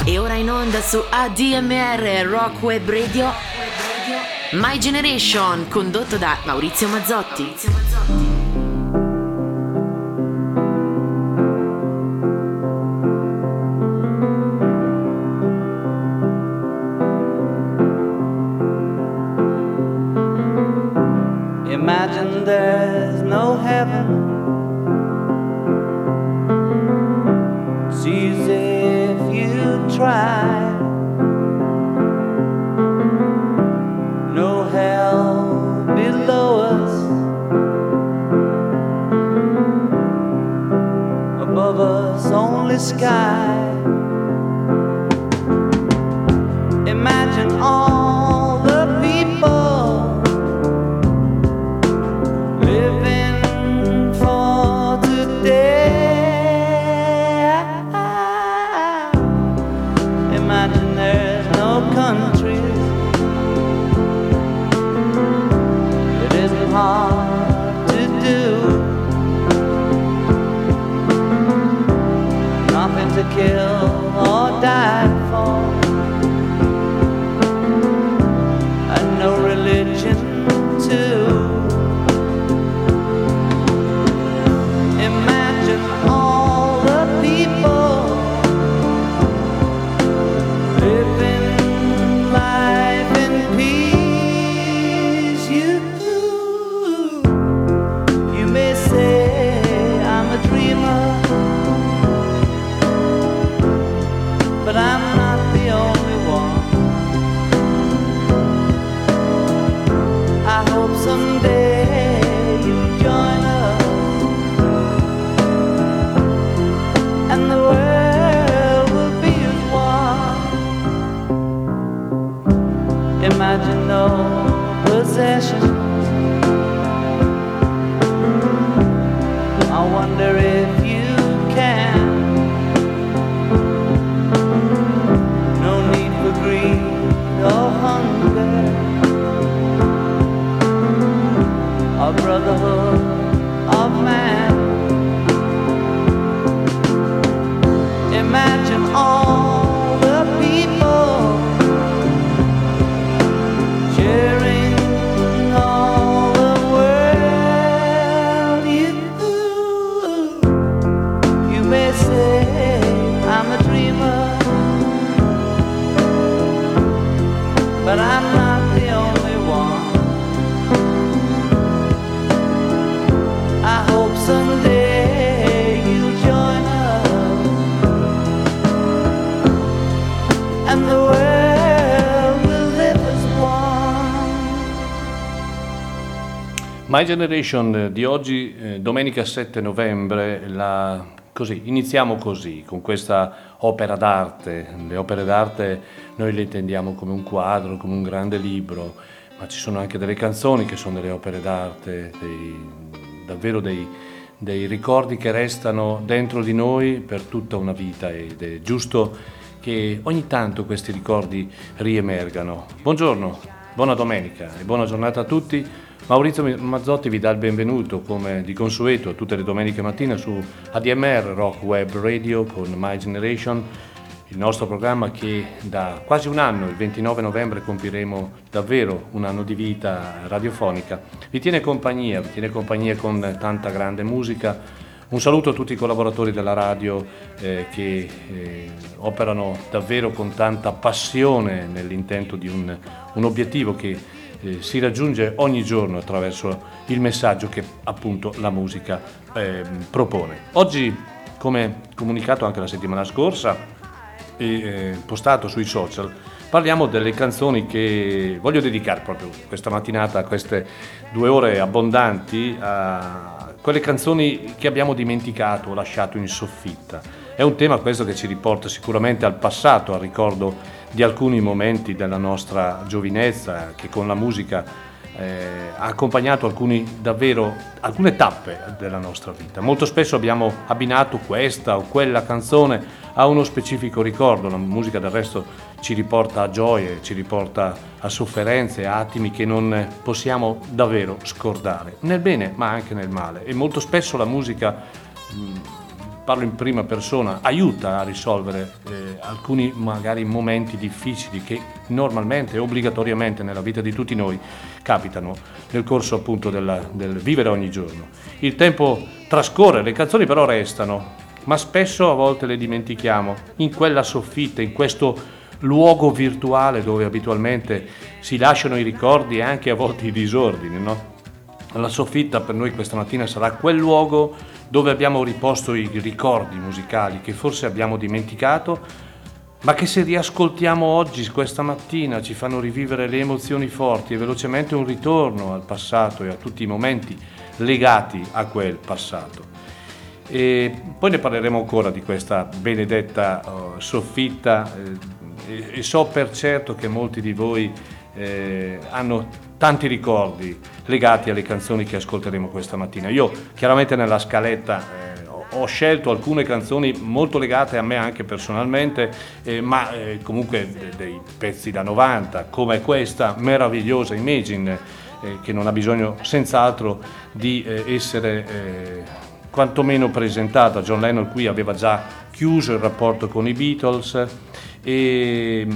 E ora in onda su ADMR Rock Web Radio My Generation, condotto da Maurizio Mazzotti. Imagine there's no heaven. It's easy if you try. No hell below us. Above us only sky. Imagine all the people living for today. Imagine there's no country. It isn't hard to do. Nothing to kill or die for. And no religion too. Imagine all the people living life in peace. You may say I'm a dreamer, but I'm not the only one. I hope someday you'll join us and the world will be as one. Imagine no possessions. I wonder if you can. No need for greed or hunger, a brotherhood of man. Imagine all the people sharing all the world. You may say I'm a dreamer, but I'm not the only one. I hope someday you'll join us and the world will live as one. My Generation di oggi, domenica 7 novembre, iniziamo così, con questa opera d'arte. Le opere d'arte noi le intendiamo come un quadro, come un grande libro, ma ci sono anche delle canzoni che sono delle opere d'arte, davvero dei ricordi che restano dentro di noi per tutta una vita, ed è giusto che ogni tanto questi ricordi riemergano. Buongiorno, buona domenica e buona giornata a tutti. Maurizio Mazzotti vi dà il benvenuto, come di consueto, tutte le domeniche mattina su ADMR Rock Web Radio con My Generation, il nostro programma che da quasi un anno, il 29 novembre, compiremo davvero un anno di vita radiofonica. Vi tiene compagnia con tanta grande musica. Un saluto a tutti i collaboratori della radio che operano davvero con tanta passione nell'intento di un obiettivo che si raggiunge ogni giorno attraverso il messaggio che appunto la musica propone. Oggi, come comunicato anche la settimana scorsa e postato sui social, parliamo delle canzoni che voglio dedicare proprio questa mattinata, a queste 2 ore abbondanti, a quelle canzoni che abbiamo dimenticato o lasciato in soffitta. È un tema questo che ci riporta sicuramente al passato, al ricordo di alcuni momenti della nostra giovinezza, che con la musica ha accompagnato alcune tappe della nostra vita. Molto spesso abbiamo abbinato questa o quella canzone a uno specifico ricordo. La musica del resto ci riporta a gioie, ci riporta a sofferenze, a attimi che non possiamo davvero scordare, nel bene ma anche nel male. E molto spesso la musica parlo in prima persona, aiuta a risolvere alcuni magari momenti difficili che normalmente e obbligatoriamente nella vita di tutti noi capitano nel corso appunto del vivere ogni giorno. Il tempo trascorre, le canzoni però restano, ma spesso a volte le dimentichiamo in quella soffitta, in questo luogo virtuale dove abitualmente si lasciano i ricordi e anche a volte i disordini, no? La soffitta per noi questa mattina sarà quel luogo dove abbiamo riposto i ricordi musicali che forse abbiamo dimenticato, ma che se riascoltiamo oggi, questa mattina, ci fanno rivivere le emozioni forti e velocemente un ritorno al passato e a tutti i momenti legati a quel passato. E poi ne parleremo ancora di questa benedetta soffitta e so per certo che molti di voi hanno tanti ricordi legati alle canzoni che ascolteremo questa mattina. Io chiaramente nella scaletta ho scelto alcune canzoni molto legate a me anche personalmente, ma comunque dei pezzi da 90, come questa meravigliosa Imagine, che non ha bisogno senz'altro di essere quantomeno presentata. John Lennon qui aveva già chiuso il rapporto con i Beatles e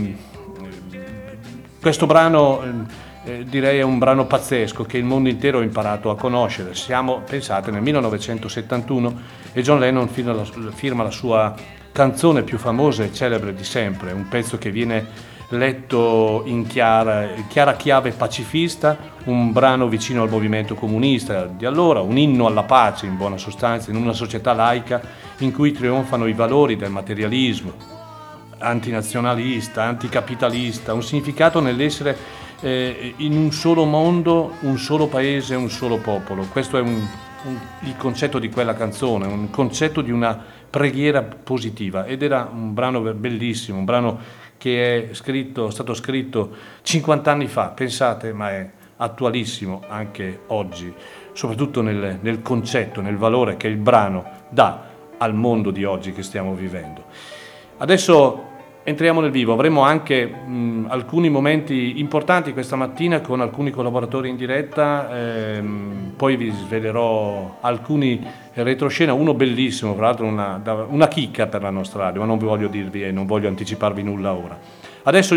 questo brano direi è un brano pazzesco che il mondo intero ha imparato a conoscere. Siamo, pensate, nel 1971 e John Lennon firma la sua canzone più famosa e celebre di sempre, un pezzo che viene letto in chiara chiave pacifista, un brano vicino al movimento comunista di allora, un inno alla pace in buona sostanza, in una società laica in cui trionfano i valori del materialismo antinazionalista, anticapitalista, un significato nell'essere in un solo mondo, un solo paese, un solo popolo. Questo è il concetto di quella canzone, un concetto di una preghiera positiva, ed era un brano bellissimo, un brano che è stato scritto 50 anni fa, pensate, ma è attualissimo anche oggi, soprattutto nel concetto, nel valore che il brano dà al mondo di oggi che stiamo vivendo. Adesso entriamo nel vivo, avremo anche alcuni momenti importanti questa mattina con alcuni collaboratori in diretta, poi vi svelerò alcuni retroscena, uno bellissimo, tra l'altro una chicca per la nostra radio, ma non vi voglio dirvi e non voglio anticiparvi nulla ora. Adesso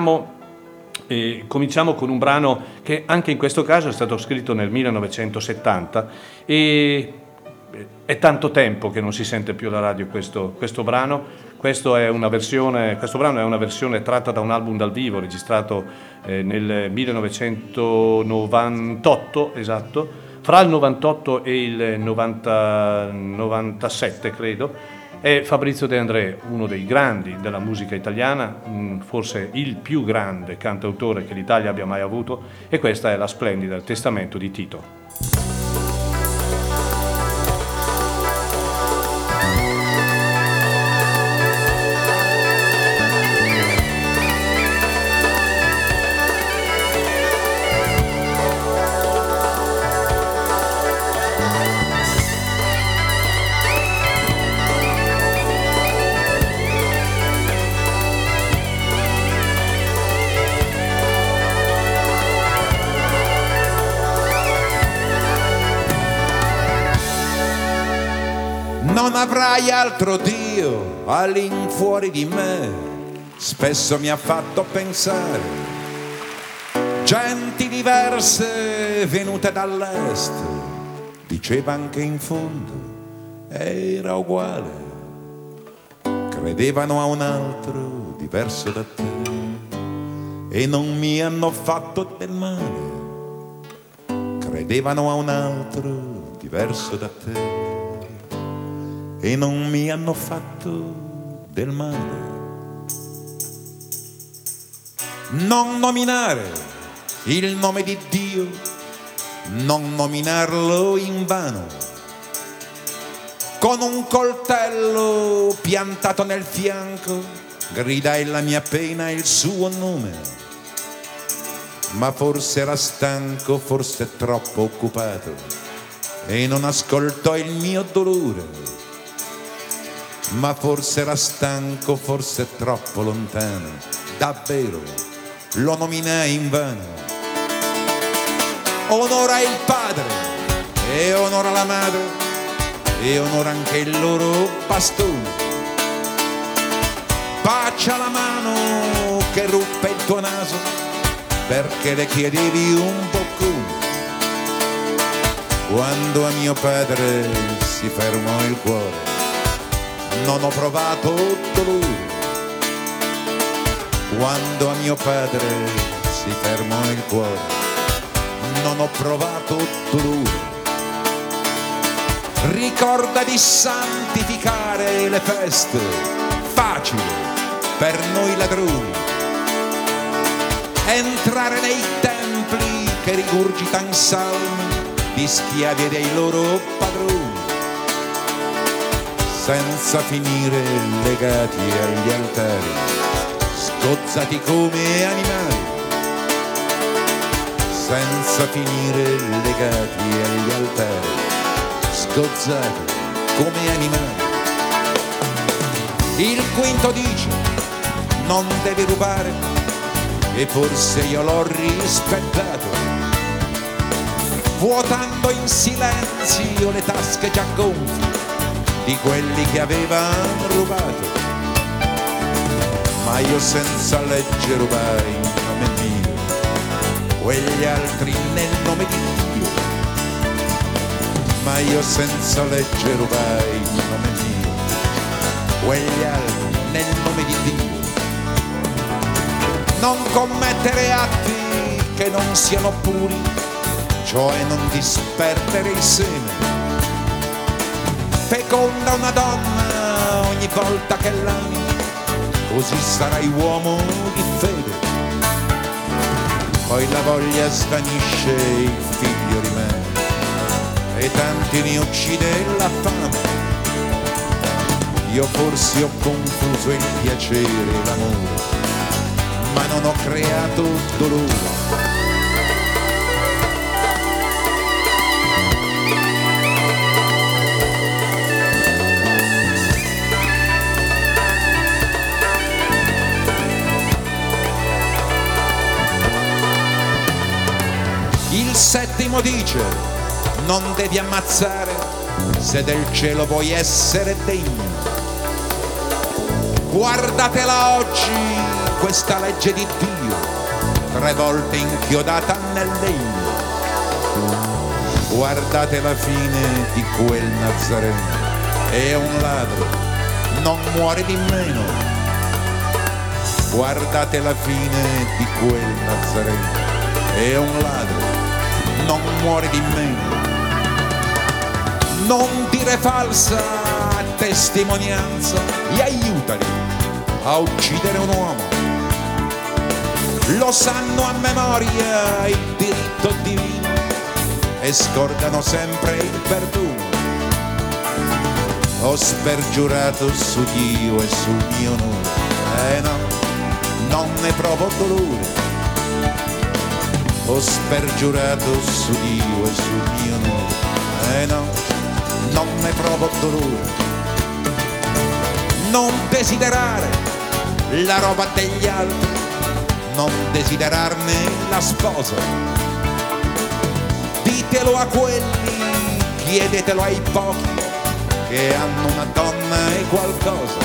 cominciamo con un brano che anche in questo caso è stato scritto nel 1970 e è tanto tempo che non si sente più alla radio questo brano. Questo brano è una versione tratta da un album dal vivo registrato nel 1998, esatto, fra il 98 e il 97 credo. È Fabrizio De André, uno dei grandi della musica italiana, forse il più grande cantautore che l'Italia abbia mai avuto, e questa è la splendida Il testamento di Tito. Non avrai altro Dio all'infuori di me, spesso mi ha fatto pensare. Genti diverse venute dall'est, diceva anche in fondo era uguale. Credevano a un altro diverso da te e non mi hanno fatto del male. Credevano a un altro diverso da te e non mi hanno fatto del male. Non nominare il nome di Dio, non nominarlo in vano, con un coltello piantato nel fianco gridai la mia pena e il suo nome, ma forse era stanco, forse troppo occupato e non ascoltò il mio dolore. Ma forse era stanco, forse troppo lontano, davvero lo nominai invano. Onora il padre e onora la madre e onora anche il loro bastone. Bacia la mano che ruppe il tuo naso perché le chiedevi un boccone. Quando a mio padre si fermò il cuore non ho provato dolore. Quando a mio padre si fermò il cuore non ho provato dolore. Ricorda di santificare le feste, facile per noi ladroni, entrare nei templi che rigurgitan salmi di schiavi e dei loro padroni, senza finire legati agli altari, sgozzati come animali, senza finire legati agli altari, sgozzati come animali. Il quinto dice non devi rubare e forse io l'ho rispettato, vuotando in silenzio le tasche già gonfie di quelli che avevano rubato. Ma io senza legge rubai in nome mio, quegli altri nel nome di Dio. Ma io senza legge rubai in nome mio, quegli altri nel nome di Dio. Non commettere atti che non siano puri, cioè non disperdere il seme. Feconda una donna ogni volta che l'ami, così sarai uomo di fede. Poi la voglia svanisce, il figlio rimane e tanti ne uccide la fame. Io forse ho confuso il piacere e l'amore, ma non ho creato dolore. Il settimo dice non devi ammazzare se del cielo vuoi essere degno. Guardatela oggi questa legge di Dio, 3 volte inchiodata nel legno. Guardate la fine di quel Nazareno, è un ladro, non muore di meno. Guardate la fine di quel Nazareno, è un ladro, non muore di meno. Non dire falsa testimonianza e aiutali a uccidere un uomo. Lo sanno a memoria il diritto divino e scordano sempre il perdono. Ho spergiurato su Dio e sul mio onore, no, non ne provo dolore. Ho spergiurato su Dio e sul mio onore, no, non ne provo dolore. Non desiderare la roba degli altri, non desiderarne la sposa. Ditelo a quelli, chiedetelo ai pochi che hanno una donna e qualcosa.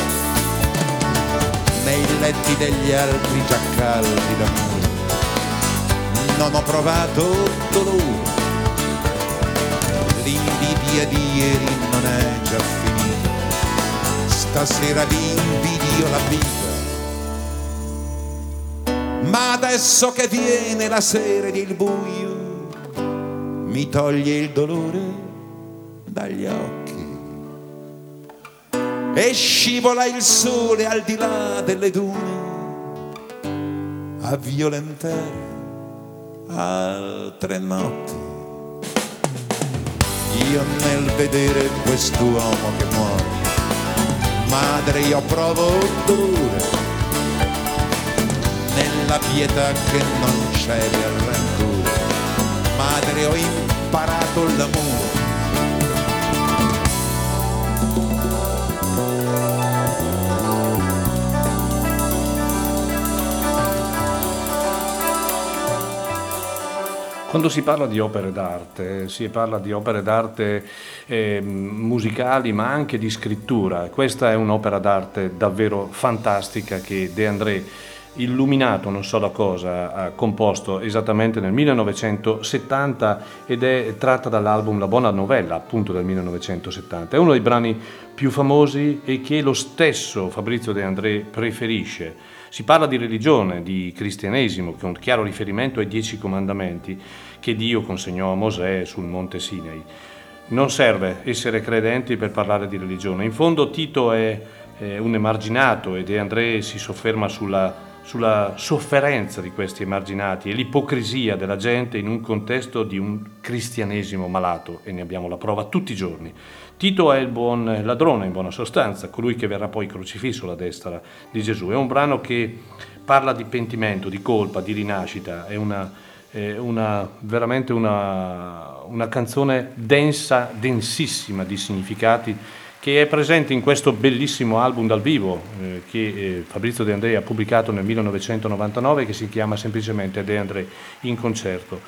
Nei letti degli altri già caldi d'amore non ho provato dolore. L'invidia di ieri non è già finita, stasera vi invidio la vita. Ma adesso che viene la sera ed il buio mi toglie il dolore dagli occhi e scivola il sole al di là delle dune a violentare altre notti. Io nel vedere quest'uomo che muore, madre, io provo dolore. Nella pietà che non cede al rancore, madre, ho imparato l'amore. Quando si parla di opere d'arte, si parla di opere d'arte musicali, ma anche di scrittura. Questa è un'opera d'arte davvero fantastica che De André, illuminato non so da cosa, ha composto esattamente nel 1970 ed è tratta dall'album La Buona Novella, appunto del 1970. È uno dei brani più famosi e che lo stesso Fabrizio De André preferisce. Si parla di religione, di cristianesimo, con chiaro riferimento ai 10 comandamenti che Dio consegnò a Mosè sul monte Sinai. Non serve essere credenti per parlare di religione. In fondo Tito è un emarginato e De André si sofferma sulla sofferenza di questi emarginati e l'ipocrisia della gente in un contesto di un cristianesimo malato, e ne abbiamo la prova tutti i giorni. Tito è il buon ladrone, in buona sostanza, colui che verrà poi crocifisso alla destra di Gesù. È un brano che parla di pentimento, di colpa, di rinascita, è veramente una canzone densa, densissima di significati, che è presente in questo bellissimo album dal vivo che Fabrizio De André ha pubblicato nel 1999, che si chiama semplicemente De André in concerto.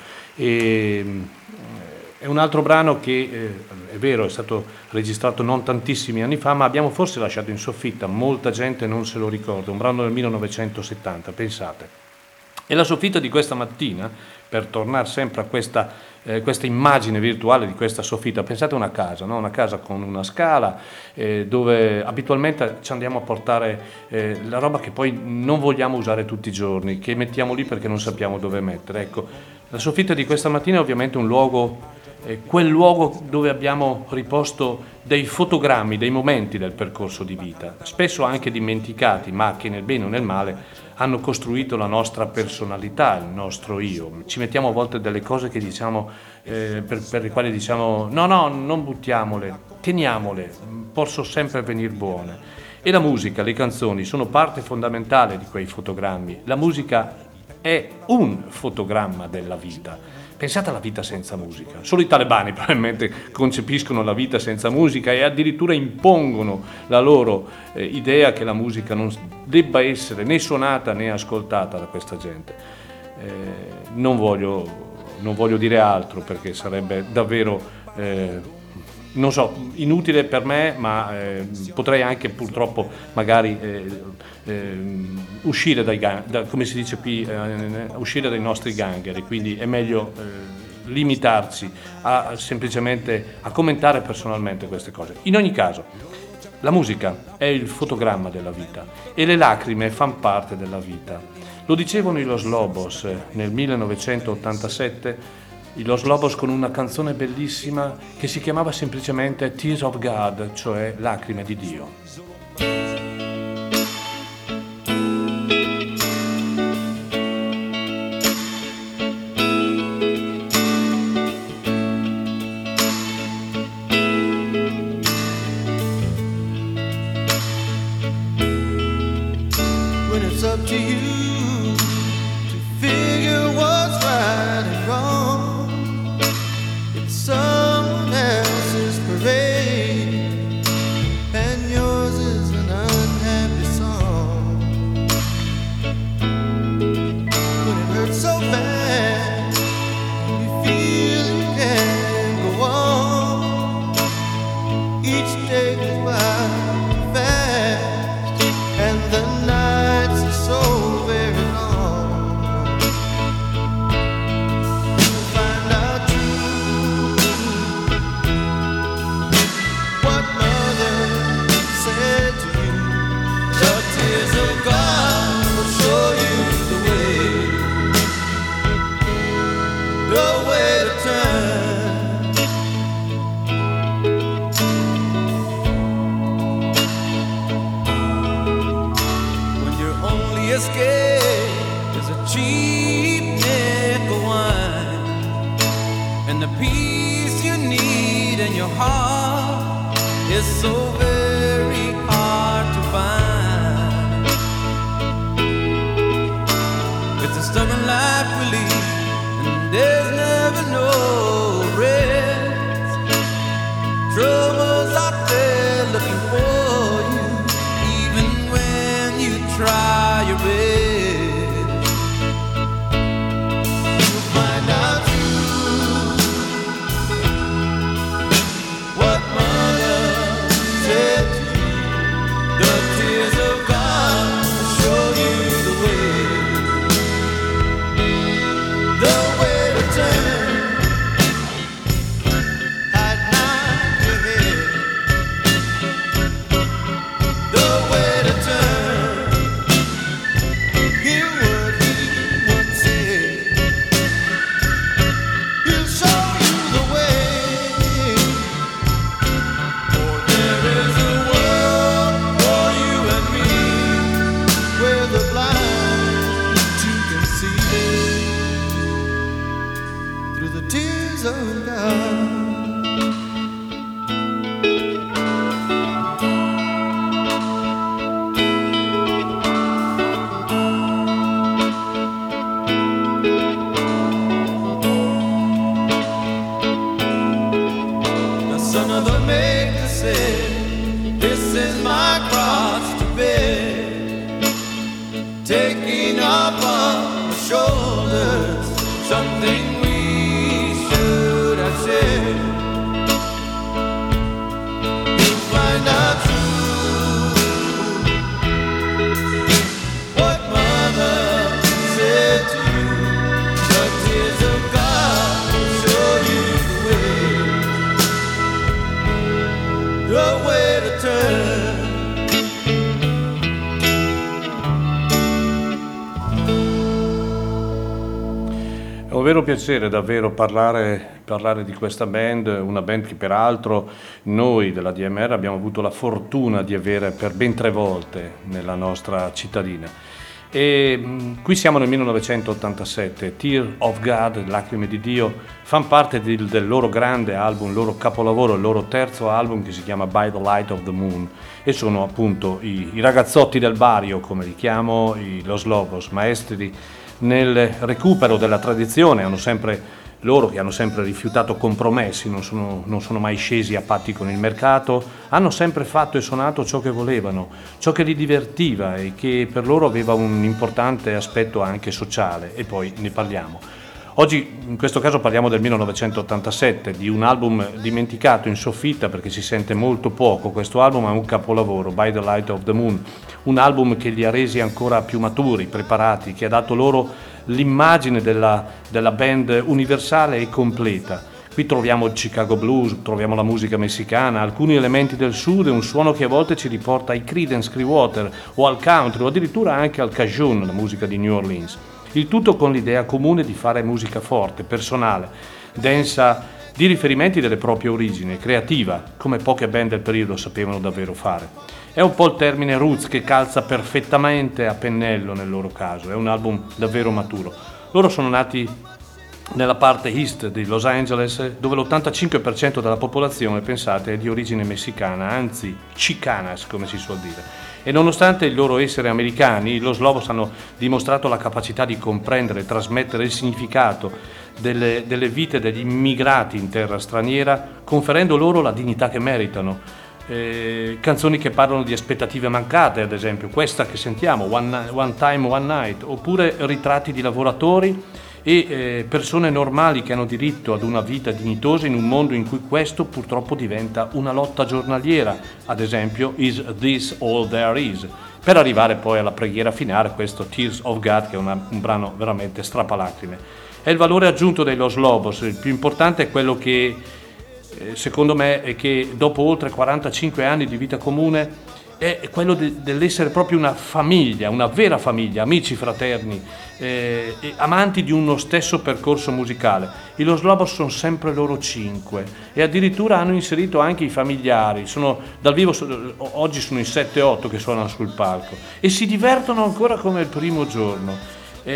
È un altro brano che, è vero, è stato registrato non tantissimi anni fa, ma abbiamo forse lasciato in soffitta, molta gente non se lo ricorda, un brano del 1970, pensate. E la soffitta di questa mattina, per tornare sempre a questa immagine virtuale di questa soffitta, pensate a una casa, no? Una casa con una scala dove abitualmente ci andiamo a portare la roba che poi non vogliamo usare tutti i giorni, che mettiamo lì perché non sappiamo dove mettere. Ecco, la soffitta di questa mattina è ovviamente un luogo, quel luogo dove abbiamo riposto dei fotogrammi, dei momenti del percorso di vita, spesso anche dimenticati, ma che nel bene o nel male hanno costruito la nostra personalità, il nostro io. Ci mettiamo a volte delle cose che diciamo, per le quali diciamo no, non buttiamole, teniamole, possono sempre venire buone. E la musica, le canzoni sono parte fondamentale di quei fotogrammi. La musica è un fotogramma della vita. Pensate alla vita senza musica. Solo i talebani probabilmente concepiscono la vita senza musica e addirittura impongono la loro idea che la musica non debba essere né suonata né ascoltata da questa gente. Non voglio dire altro perché sarebbe davvero, non so, inutile per me, ma potrei anche purtroppo magari uscire come si dice qui, uscire dai nostri gangheri, quindi è meglio limitarci a semplicemente a commentare personalmente queste cose. In ogni caso, la musica è il fotogramma della vita e le lacrime fanno parte della vita. Lo dicevano i Los Lobos nel 1987, i Los Lobos, con una canzone bellissima che si chiamava semplicemente Tears of God, cioè Lacrime di Dio. When it's up to you to figure what's right and wrong, it's someone else's parade, and yours is an unhappy song. When it hurts so bad, you feel you can't go on. Each day goes by fast, and the nights are so very long. To find out true what mother said to you, the tears of God will show you the way to turn. When your only escape is a cheap nickel wine, and the peace you need in your heart is so very hard to find. It's a stubborn life we lead, and there's never no rest. Troubles out there looking for you, even when you try your best. You'll find out you tears of God. The son of the maker said, this is my cross to bear, taking up on my shoulders something we should have shared. You'll find out true what mother said to you. The tears of God will show you the way to turn. È un vero piacere davvero parlare di questa band, una band che peraltro noi della DMR abbiamo avuto la fortuna di avere per ben 3 volte nella nostra cittadina. E qui siamo nel 1987, Tear of God, Lacrime di Dio, fanno parte del loro grande album, il loro capolavoro, il loro terzo album che si chiama By the Light of the Moon, e sono appunto i ragazzotti del Barrio, come li chiamo, Los Lobos, maestri nel recupero della tradizione. Hanno sempre loro che hanno sempre rifiutato compromessi, non sono mai scesi a patti con il mercato, hanno sempre fatto e suonato ciò che volevano, ciò che li divertiva e che per loro aveva un importante aspetto anche sociale, e poi ne parliamo. Oggi in questo caso parliamo del 1987, di un album dimenticato in soffitta perché si sente molto poco. Questo album è un capolavoro, By the Light of the Moon, un album che li ha resi ancora più maturi, preparati, che ha dato loro l'immagine della band universale e completa. Qui troviamo il Chicago Blues, troviamo la musica messicana, alcuni elementi del sud e un suono che a volte ci riporta ai Creedence Clearwater o al country o addirittura anche al cajun, la musica di New Orleans. Il tutto con l'idea comune di fare musica forte, personale, densa di riferimenti delle proprie origini, creativa, come poche band del periodo sapevano davvero fare. È un po' il termine roots che calza perfettamente a pennello nel loro caso, è un album davvero maturo. Loro sono nati nella parte east di Los Angeles, dove l'85% della popolazione, pensate, è di origine messicana, anzi chicanas come si suol dire. E nonostante il loro essere americani, Los Lobos hanno dimostrato la capacità di comprendere e trasmettere il significato delle vite degli immigrati in terra straniera, conferendo loro la dignità che meritano. Canzoni che parlano di aspettative mancate, ad esempio questa che sentiamo, One Time, One Night, oppure ritratti di lavoratori e persone normali che hanno diritto ad una vita dignitosa in un mondo in cui questo purtroppo diventa una lotta giornaliera, ad esempio Is This All There Is, per arrivare poi alla preghiera finale, questo Tears of God, che è un brano veramente strappalacrime. È il valore aggiunto dei Los Lobos, il più importante è quello che secondo me è che dopo oltre 45 anni di vita comune è quello dell'essere proprio una famiglia, una vera famiglia, amici fraterni, amanti di uno stesso percorso musicale. I Los Lobos sono sempre loro 5 e addirittura hanno inserito anche i familiari, dal vivo oggi sono in 7-8 che suonano sul palco e si divertono ancora come il primo giorno.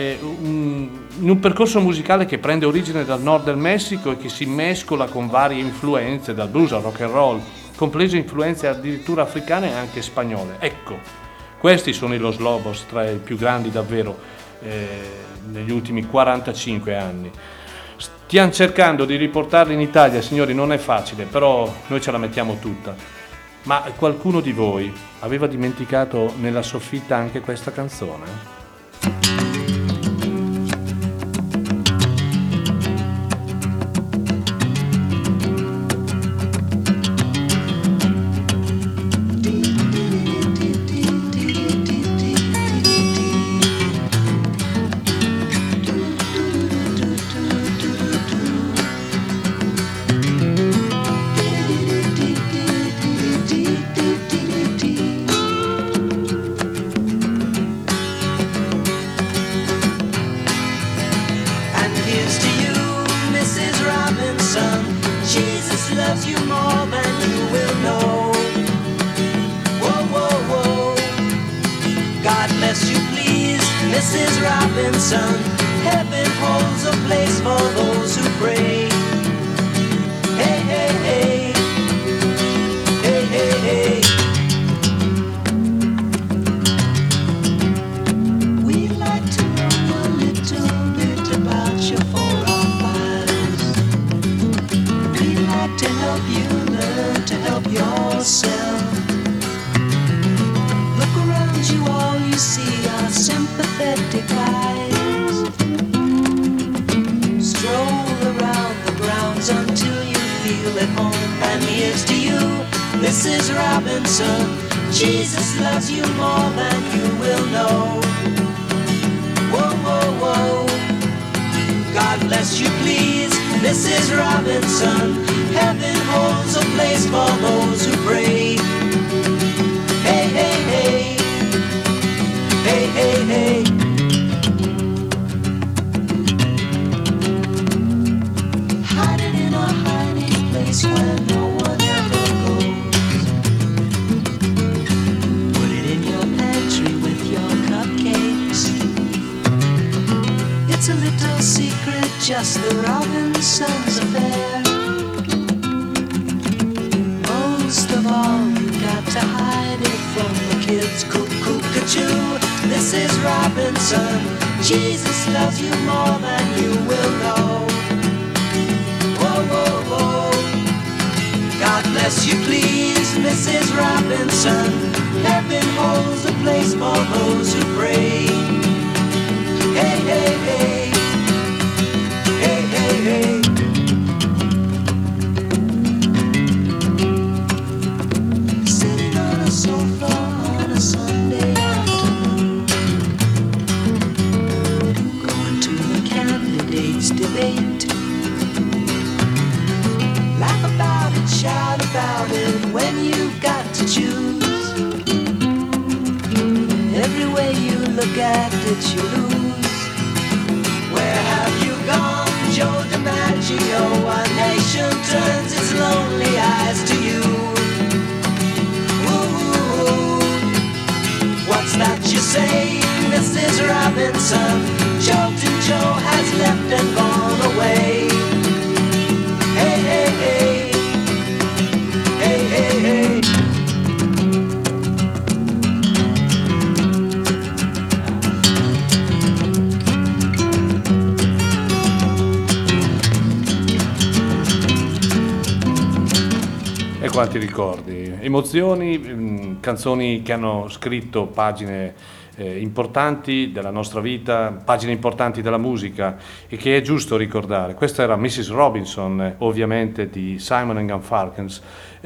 In un percorso musicale che prende origine dal nord del Messico e che si mescola con varie influenze, dal blues al rock and roll, comprese influenze addirittura africane e anche spagnole. Ecco, questi sono i Los Lobos, tra i più grandi davvero negli ultimi 45 anni. Stiamo cercando di riportarli in Italia, signori, non è facile, però noi ce la mettiamo tutta. Ma qualcuno di voi aveva dimenticato nella soffitta anche questa canzone? Mrs. Robinson, heaven holds a place for those who pray. Hey, hey, hey. Hey, hey, hey. We'd like to know a little bit about your forefathers. We'd like to help you learn to help yourself. Look around you, all you see are sympathetic eyes. Stroll around the grounds until you feel at home. And here's to you, Mrs. Robinson. Jesus loves you more than you will know. Whoa, whoa, whoa. God bless you, please, Mrs. Robinson. Heaven holds a place for those who pray. Hey, hey, hey. Hey, hey, hey. Hiding in a hiding place where no one ever goes. Put it in your pantry with your cupcakes. It's a little secret, just the Robinsons' affair. Most of all, you got to hide it from the kids. Cuckoo-ca-choo, Mrs. Robinson. Jesus loves you more than you will know. Whoa, whoa, whoa. God bless you, please, Mrs. Robinson. Heaven holds a place for those who pray. Hey, hey, hey. Hey, hey, hey. Sitting on a sofa on a Sunday afternoon, going to the candidates' debate. Laugh about it, shout about it when you've got to choose. Every way you look at it, you lose. Where have you gone, Joe DiMaggio? A nation turns its lonely eyes to you. Ooh, what's that you say, Mrs. Robinson? Joltin' Joe has left and gone away. Hey, hey, hey. Hey, hey, hey. E quanti ricordi, emozioni, canzoni che hanno scritto pagine importanti della nostra vita, pagine importanti della musica e che è giusto ricordare. Questa era Mrs. Robinson, ovviamente di Simon and Garfunkel.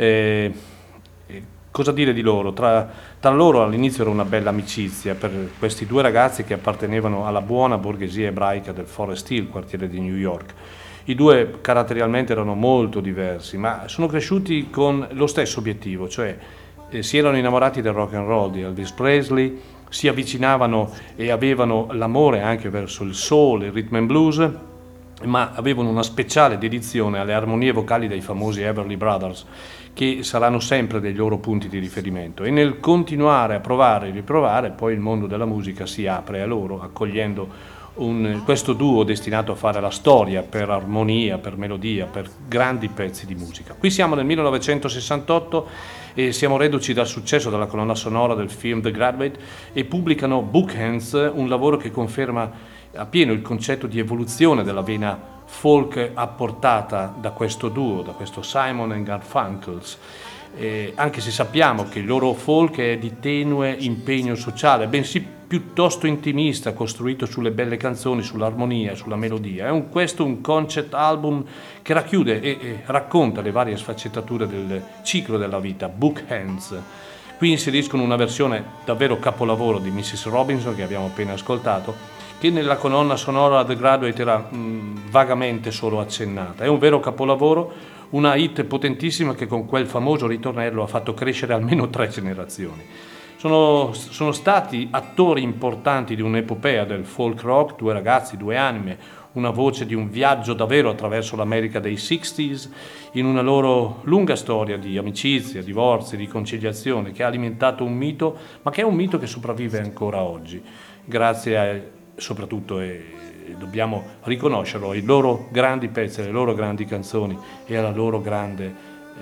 Cosa dire di loro? Tra loro all'inizio era una bella amicizia per questi due ragazzi che appartenevano alla buona borghesia ebraica del Forest Hill, quartiere di New York. I due caratterialmente erano molto diversi, ma sono cresciuti con lo stesso obiettivo, cioè si erano innamorati del rock and roll, di Elvis Presley, si avvicinavano e avevano l'amore anche verso il soul, il rhythm and blues, ma avevano una speciale dedizione alle armonie vocali dei famosi Everly Brothers, che saranno sempre dei loro punti di riferimento. E nel continuare a provare e riprovare, poi il mondo della musica si apre a loro, accogliendo questo duo destinato a fare la storia per armonia, per melodia, per grandi pezzi di musica. Qui siamo nel 1968 e siamo reduci dal successo della colonna sonora del film The Graduate e pubblicano Bookhands, un lavoro che conferma appieno il concetto di evoluzione della vena folk apportata da questo duo, da questo Simon and Garfunkel. Anche se sappiamo che il loro folk è di tenue impegno sociale, bensì piuttosto intimista, costruito sulle belle canzoni, sull'armonia, sulla melodia. È questo un concept album che racchiude e racconta le varie sfaccettature del ciclo della vita, Bookhands. Qui inseriscono una versione davvero capolavoro di Mrs. Robinson che abbiamo appena ascoltato, che nella colonna sonora The Graduate era vagamente solo accennata. È un vero capolavoro, una hit potentissima che con quel famoso ritornello ha fatto crescere almeno 3 generazioni. Sono stati attori importanti di un'epopea del folk rock, 2 ragazzi, 2 anime, una voce di un viaggio davvero attraverso l'America dei 60s, in una loro lunga storia di amicizia, divorzi, riconciliazione, che ha alimentato un mito, ma che è un mito che sopravvive ancora oggi, grazie soprattutto dobbiamo riconoscerlo, ai loro grandi pezzi, alle loro grandi canzoni e alla loro grande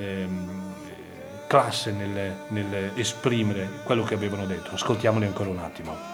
classe nel esprimere quello che avevano detto. Ascoltiamoli ancora un attimo.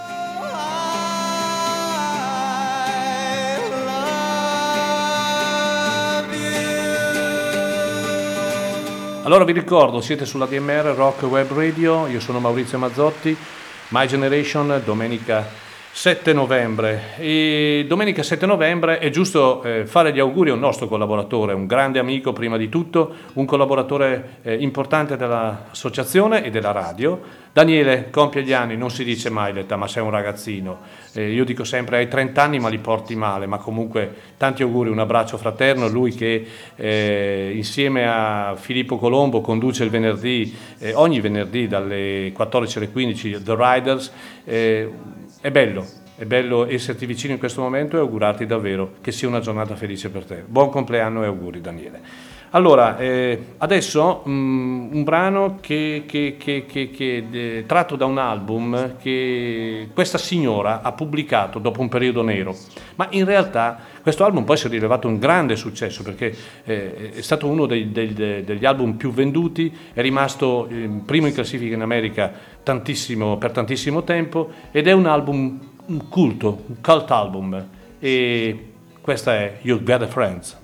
Allora vi ricordo, siete sulla DMR Rock Web Radio, io sono Maurizio Mazzotti, My Generation, domenica 7 novembre. E domenica 7 novembre è giusto fare gli auguri a un nostro collaboratore, un grande amico prima di tutto, un collaboratore importante dell'associazione e della radio. Daniele compie gli anni, non si dice mai l'età, ma sei un ragazzino. Io dico sempre hai 30 anni ma li porti male, ma comunque tanti auguri, un abbraccio fraterno. Lui che insieme a Filippo Colombo conduce il venerdì, ogni venerdì dalle 14 alle 15, The Riders. È bello esserti vicino in questo momento e augurarti davvero che sia una giornata felice per te. Buon compleanno e auguri Daniele. Allora, adesso un brano che tratto da un album che questa signora ha pubblicato dopo un periodo nero, ma in realtà questo album poi si è rivelato un grande successo perché è stato uno degli album più venduti, è rimasto primo in classifica in America per tantissimo tempo ed è un album un culto, un cult album, e questa è You Got a Friends.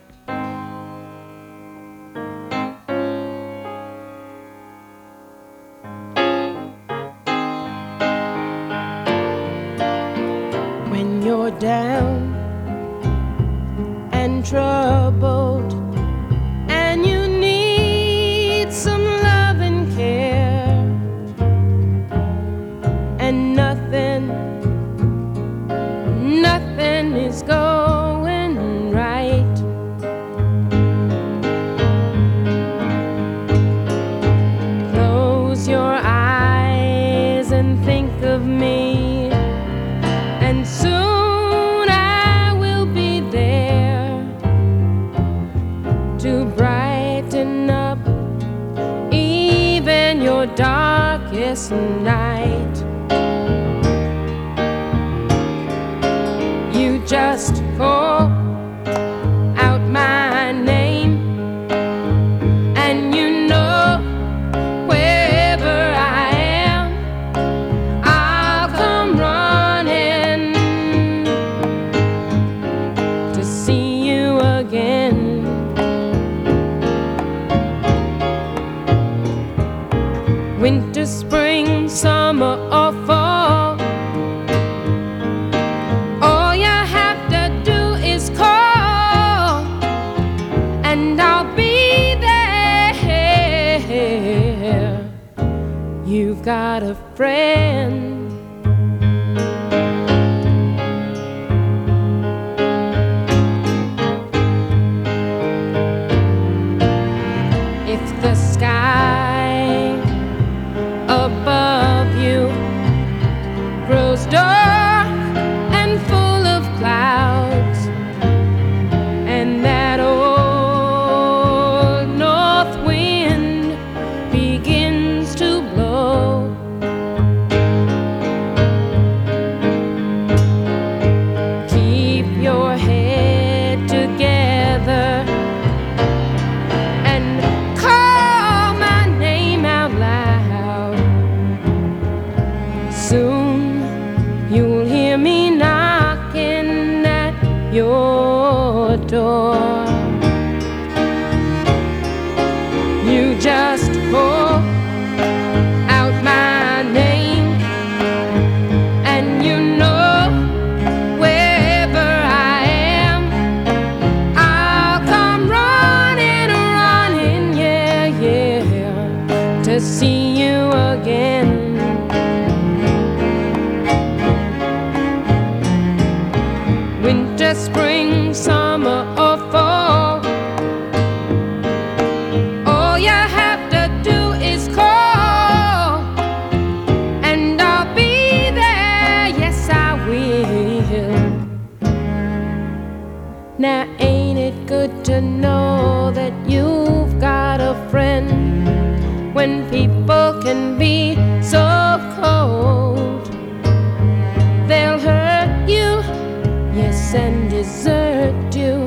When you're down and troubled and you need some love and care and nothing is going right. Close your eyes and think of me, and soon I will be there to brighten up even your darkest night. Just call out my name, and you know wherever I am, I'll come running to see you again. Winter, spring, summer, or fall, you've got a friend. If the sky above you grows dark and full of clouds, and that old north wind begins to blow, keep your head together and call my name out loud. Soon you'll hear me knocking at your door. You just call out my name, and you know wherever I am, I'll come running, yeah, to see you again. Winter, spring, summer, or fall, all you have to do is call, and I'll be there, yes I will. Now ain't it good to know that you've got a friend when people can be so cold? They'll hurt you curse and desert you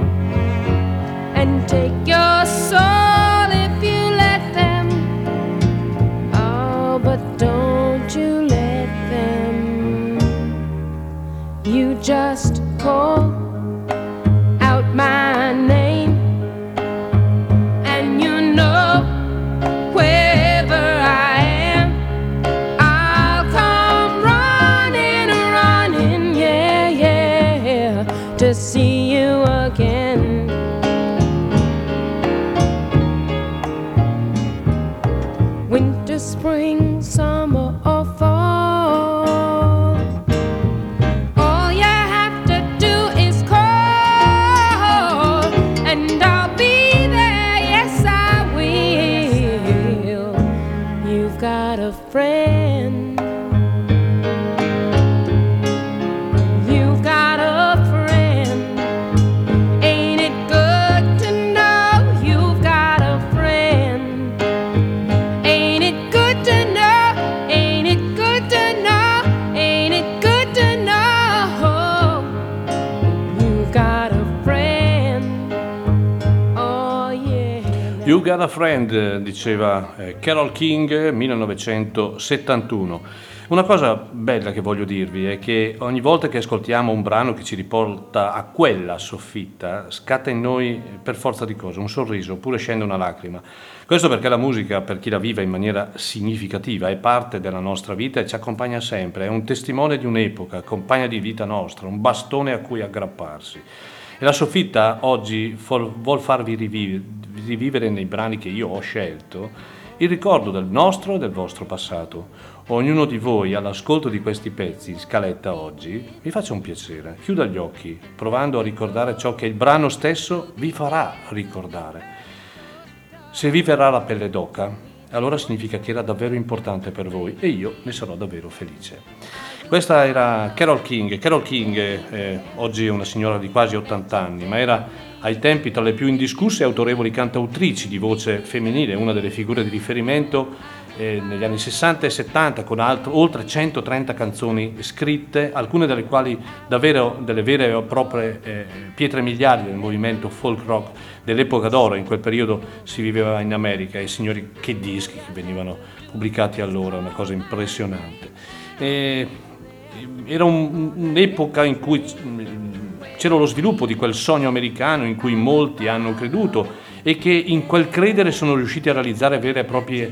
and take your soul if you let them. Oh, but don't you let them. You just call out my name, and you know wherever I am, I'll come running, running, yeah, yeah, to see you again. Winter, spring, summer, or fall, all you have to do is call, and I'll be there, yes I will. You've got a friend. You've got a friend. Ain't it good to know you've got a friend? Ain't it good to know? Ain't it good to know? Ain't it good to know you've got a friend? Oh yeah. You Got a Friend, diceva Carole King, 1971. Una cosa bella che voglio dirvi è che ogni volta che ascoltiamo un brano che ci riporta a quella soffitta, scatta in noi per forza di cose un sorriso oppure scende una lacrima. Questo perché la musica, per chi la vive in maniera significativa, è parte della nostra vita e ci accompagna sempre, è un testimone di un'epoca, compagna di vita nostra, un bastone a cui aggrapparsi. E la soffitta oggi vuol farvi rivivere nei brani che io ho scelto il ricordo del nostro e del vostro passato. Ognuno di voi all'ascolto di questi pezzi in scaletta oggi vi faccia un piacere, chiuda gli occhi provando a ricordare ciò che il brano stesso vi farà ricordare. Se vi verrà la pelle d'oca, allora significa che era davvero importante per voi e io ne sarò davvero felice. Questa era Carole King. Carole King oggi è una signora di quasi 80 anni, ma era ai tempi tra le più indiscusse e autorevoli cantautrici di voce femminile, una delle figure di riferimento negli anni 60 e 70, con oltre 130 canzoni scritte, alcune delle quali davvero delle vere e proprie pietre miliari del movimento folk rock dell'epoca d'oro. In quel periodo si viveva in America e signori, che dischi che venivano pubblicati allora, una cosa impressionante. Era un'epoca in cui c'era lo sviluppo di quel sogno americano in cui molti hanno creduto e che in quel credere sono riusciti a realizzare vere e proprie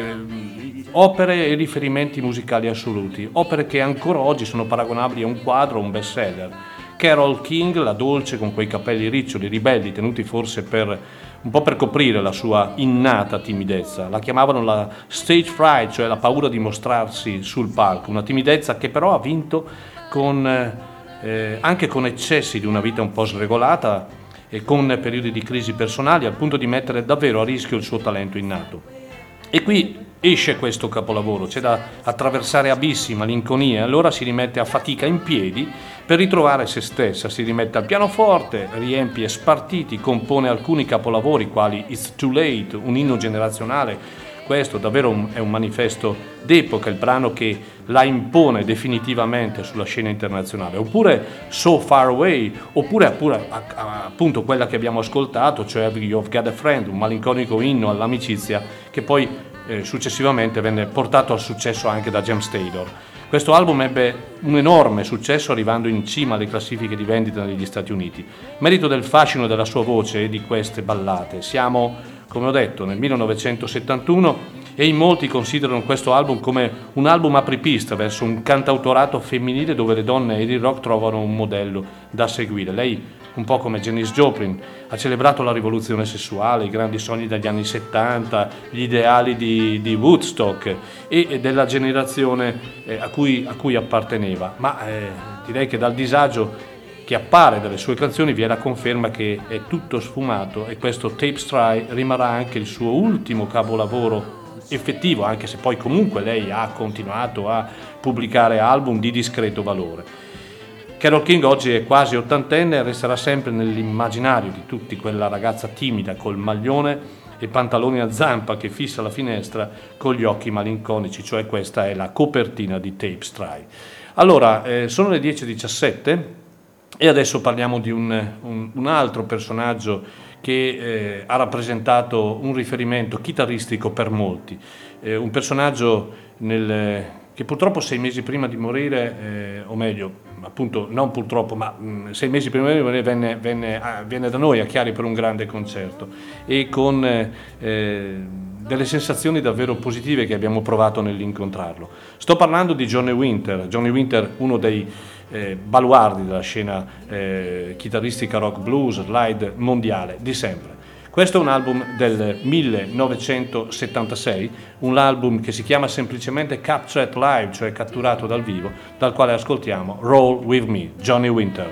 opere e riferimenti musicali assoluti, opere che ancora oggi sono paragonabili a un quadro o un bestseller. Carole King, la dolce con quei capelli riccioli, ribelli, tenuti forse un po' per coprire la sua innata timidezza. La chiamavano la stage fright, cioè la paura di mostrarsi sul palco, una timidezza che però ha vinto anche con eccessi di una vita un po' sregolata e con periodi di crisi personali, al punto di mettere davvero a rischio il suo talento innato. E qui esce questo capolavoro, c'è da attraversare abissi, malinconie, allora si rimette a fatica in piedi per ritrovare se stessa, si rimette al pianoforte, riempie spartiti, compone alcuni capolavori quali It's Too Late, un inno generazionale. Questo davvero è un manifesto d'epoca, il brano che la impone definitivamente sulla scena internazionale, oppure So Far Away, oppure appunto quella che abbiamo ascoltato, cioè You've Got a Friend, un malinconico inno all'amicizia che poi successivamente venne portato al successo anche da James Taylor. Questo album ebbe un enorme successo, arrivando in cima alle classifiche di vendita negli Stati Uniti. Merito del fascino della sua voce e di queste ballate. Siamo, come ho detto, nel 1971 e in molti considerano questo album come un album apripista verso un cantautorato femminile dove le donne e il rock trovano un modello da seguire. Lei, un po' come Janis Joplin, ha celebrato la rivoluzione sessuale, i grandi sogni degli anni 70, gli ideali di Woodstock e della generazione a cui apparteneva. Ma direi che dal disagio che appare dalle sue canzoni vi è la conferma che è tutto sfumato e questo Tapes Try rimarrà anche il suo ultimo capolavoro effettivo, anche se poi comunque lei ha continuato a pubblicare album di discreto valore. Carole King oggi è quasi ottantenne e resterà sempre nell'immaginario di tutti quella ragazza timida col maglione e pantaloni a zampa che fissa la finestra con gli occhi malinconici, cioè questa è la copertina di Tapes Try. Allora, sono le 10:17 E adesso parliamo di un altro personaggio che ha rappresentato un riferimento chitarristico per molti, un personaggio che purtroppo 6 mesi prima di morire, o meglio, appunto non purtroppo, ma 6 mesi prima di morire venne da noi a Chiari per un grande concerto e con delle sensazioni davvero positive che abbiamo provato nell'incontrarlo. Sto parlando di Johnny Winter, uno dei baluardi della scena chitarristica rock blues, slide mondiale di sempre. Questo è un album del 1976, un album che si chiama semplicemente Captured Live, cioè catturato dal vivo, dal quale ascoltiamo Roll With Me, Johnny Winter.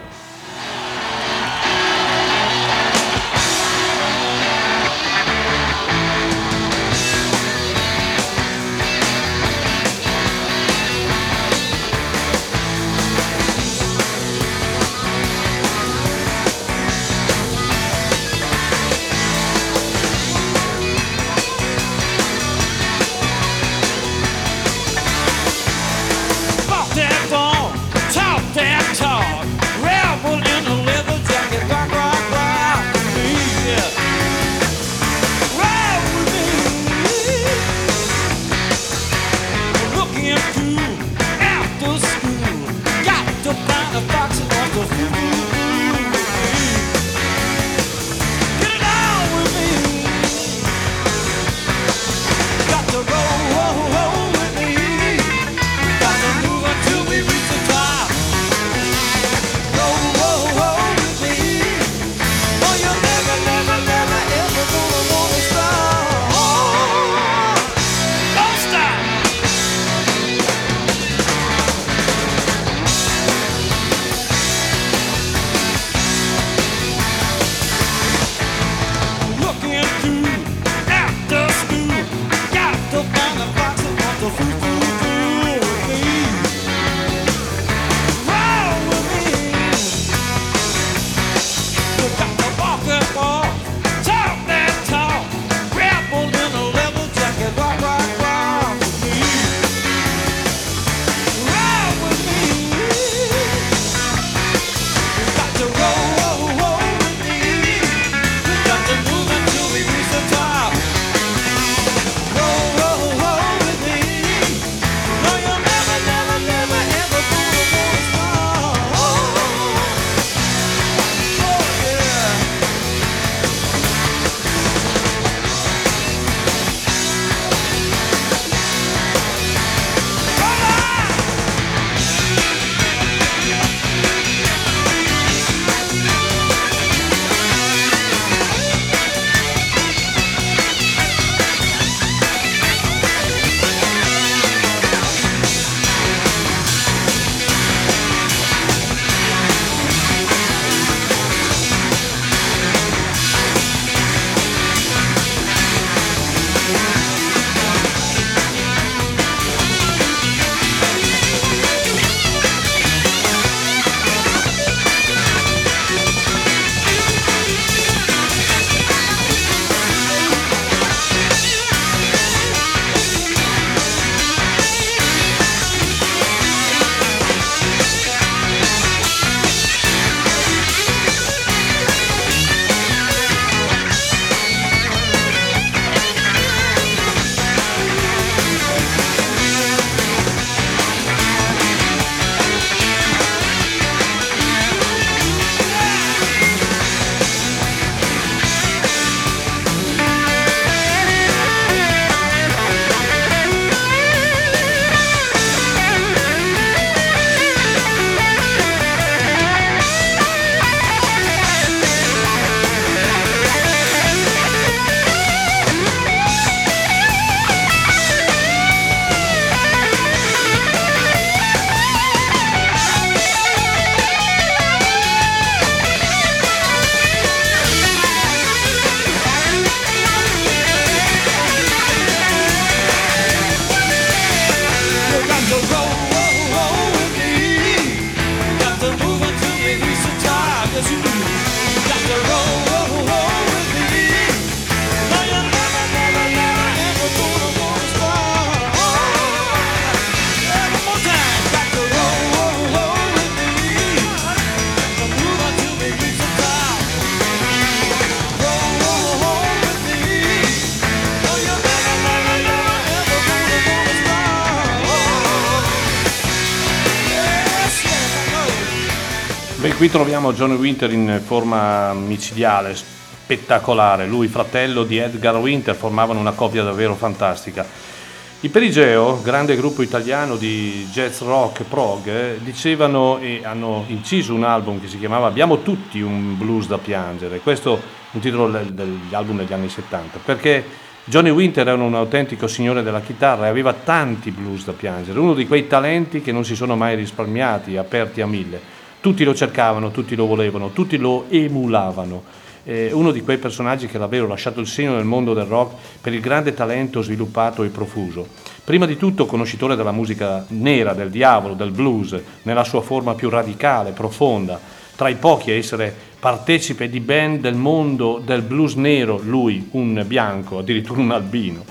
Beh, qui troviamo Johnny Winter in forma micidiale, spettacolare. Lui, fratello di Edgar Winter, formavano una coppia davvero fantastica. I Perigeo, grande gruppo italiano di jazz rock prog, dicevano e hanno inciso un album che si chiamava Abbiamo tutti un blues da piangere. Questo è un titolo degli album degli anni 70, perché Johnny Winter era un autentico signore della chitarra e aveva tanti blues da piangere, uno di quei talenti che non si sono mai risparmiati, aperti a mille. Tutti lo cercavano, tutti lo volevano, tutti lo emulavano. Uno di quei personaggi che davvero ha lasciato il segno nel mondo del rock per il grande talento sviluppato e profuso. Prima di tutto conoscitore della musica nera, del diavolo, del blues, nella sua forma più radicale, profonda. Tra i pochi a essere partecipe di band del mondo del blues nero, lui, un bianco, addirittura un albino.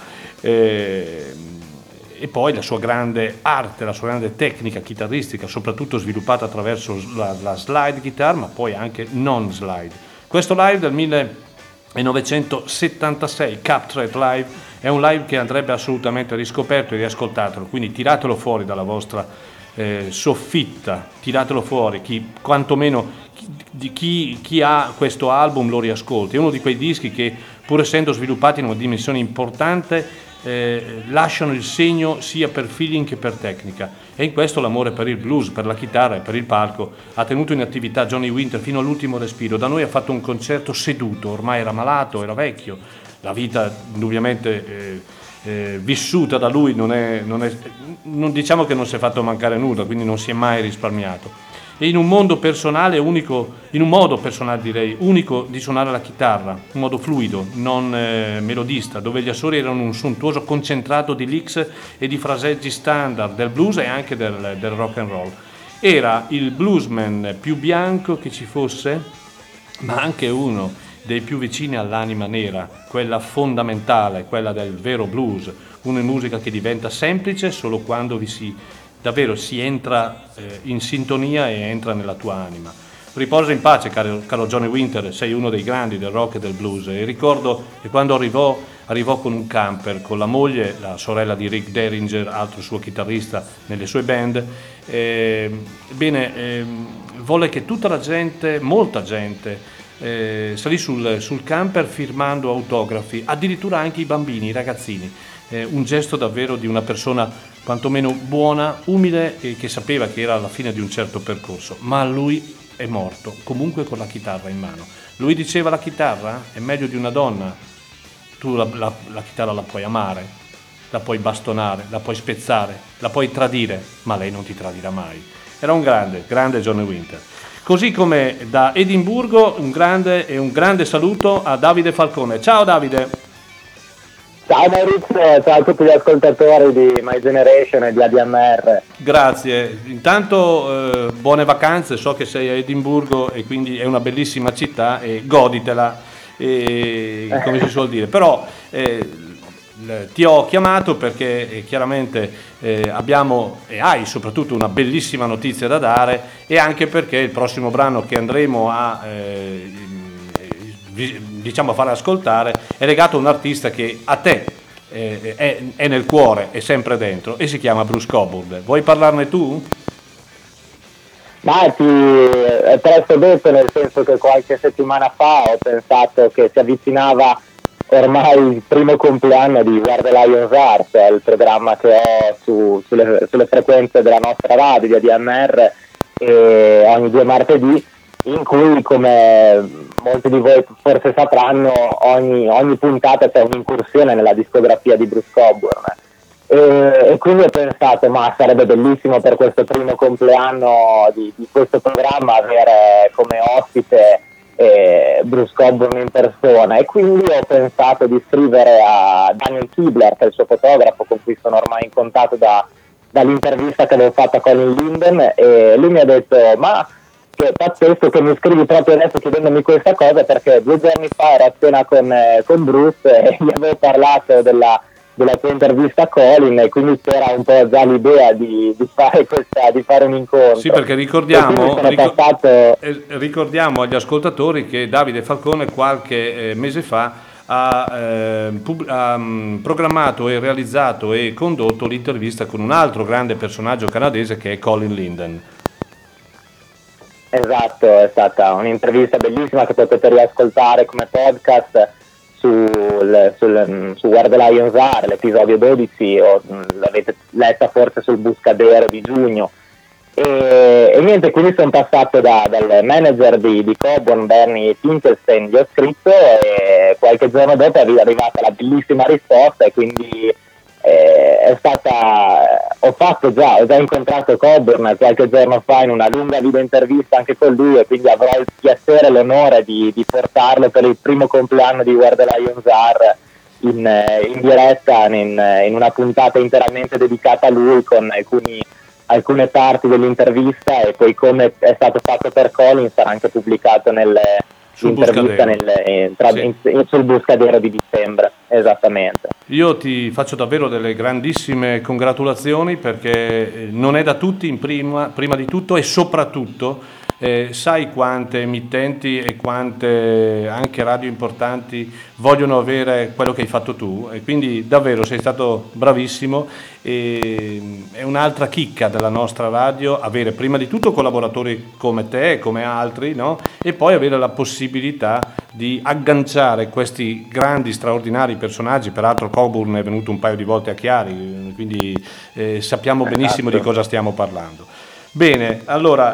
E poi la sua grande arte, la sua grande tecnica chitarristica, soprattutto sviluppata attraverso la slide guitar, ma poi anche non slide. Questo live del 1976, Captured Live, è un live che andrebbe assolutamente riscoperto e riascoltato, quindi tiratelo fuori dalla vostra soffitta, tiratelo fuori, quantomeno chi ha questo album lo riascolti. È uno di quei dischi che, pur essendo sviluppati in una dimensione importante, lasciano il segno sia per feeling che per tecnica, e in questo l'amore per il blues, per la chitarra e per il palco ha tenuto in attività Johnny Winter fino all'ultimo respiro. Da noi ha fatto un concerto seduto, ormai era malato, era vecchio, la vita indubbiamente vissuta da lui non diciamo che non si è fatto mancare nulla, quindi non si è mai risparmiato. E in un modo personale unico, in un modo personale direi unico di suonare la chitarra, un modo fluido, non melodista, dove gli assoli erano un sontuoso concentrato di licks e di fraseggi standard del blues e anche del rock and roll. Era il bluesman più bianco che ci fosse, ma anche uno dei più vicini all'anima nera, quella fondamentale, quella del vero blues, una musica che diventa semplice solo quando davvero si entra in sintonia e entra nella tua anima. Riposa in pace, caro Johnny Winter, sei uno dei grandi del rock e del blues. E ricordo che quando arrivò con un camper, con la moglie, la sorella di Rick Derringer, altro suo chitarrista nelle sue band. Volle che tutta la gente, molta gente, salì sul camper firmando autografi, addirittura anche i bambini, i ragazzini. Un gesto davvero di una persona quantomeno buona, umile e che sapeva che era alla fine di un certo percorso, ma lui è morto comunque con la chitarra in mano. Lui diceva: la chitarra è meglio di una donna, tu la chitarra la puoi amare, la puoi bastonare, la puoi spezzare, la puoi tradire, ma lei non ti tradirà mai. Era un grande Johnny Winter. Così come da Edimburgo un grande saluto a Davide Falcone. Ciao Davide! Ciao Maurizio, ciao a tutti gli ascoltatori di My Generation e di ADMR. Grazie, intanto buone vacanze, so che sei a Edimburgo e quindi è una bellissima città e goditela, come si suol dire, però ti ho chiamato perché chiaramente abbiamo e hai soprattutto una bellissima notizia da dare, e anche perché il prossimo brano che andremo a fare ascoltare è legato a un artista che a te è nel cuore, è sempre dentro, e si chiama Bruce Cockburn. Vuoi parlarne tu? Ma è presto detto, nel senso che qualche settimana fa ho pensato che si avvicinava ormai il primo compleanno di Where the Lions Are, che è il programma che ho sulle frequenze della nostra radio di ADMR ogni 2 martedì, in cui, come molti di voi forse sapranno, ogni puntata c'è un'incursione nella discografia di Bruce Cockburn, e quindi ho pensato, ma sarebbe bellissimo per questo primo compleanno di questo programma avere come ospite Bruce Cockburn in persona, e quindi ho pensato di scrivere a Daniel Kibler, che è il suo fotografo con cui sono ormai in contatto dall'intervista che avevo fatto a Colin Linden, e lui mi ha detto: ma che pazzesco che mi scrivi proprio adesso chiedendomi questa cosa, perché 2 giorni fa ero a cena con Bruce e gli avevo parlato della tua intervista a Colin, e quindi c'era un po' già l'idea di fare un incontro. Sì, perché ricordiamo agli ascoltatori che Davide Falcone qualche mese fa ha programmato e realizzato e condotto l'intervista con un altro grande personaggio canadese che è Colin Linden. Esatto, è stata un'intervista bellissima che potete riascoltare come podcast su Where the Lions Are, l'episodio 12, o l'avete letta forse sul Buscadero di giugno. E niente, quindi sono passato dal manager di Coburn, Bernie Finkelstein, gli ho scritto e qualche giorno dopo è arrivata la bellissima risposta e quindi ho già incontrato Coburn qualche giorno fa in una lunga video intervista anche con lui, e quindi avrò il piacere e l'onore di portarlo per il primo compleanno di Where the Lions Are in diretta in una puntata interamente dedicata a lui, con alcune parti dell'intervista, e poi, come è stato fatto per Colin, sarà anche pubblicato l'intervista sul Buscadero di dicembre. Esattamente. Io ti faccio davvero delle grandissime congratulazioni, perché non è da tutti prima di tutto, e soprattutto sai quante emittenti e quante anche radio importanti vogliono avere quello che hai fatto tu, e quindi davvero sei stato bravissimo. E è un'altra chicca della nostra radio avere prima di tutto collaboratori come te e come altri, no? E poi avere la possibilità di agganciare questi grandi, straordinari personaggi. Peraltro Coburn è venuto un paio di volte a Chiari, quindi sappiamo benissimo di cosa stiamo parlando. Bene, allora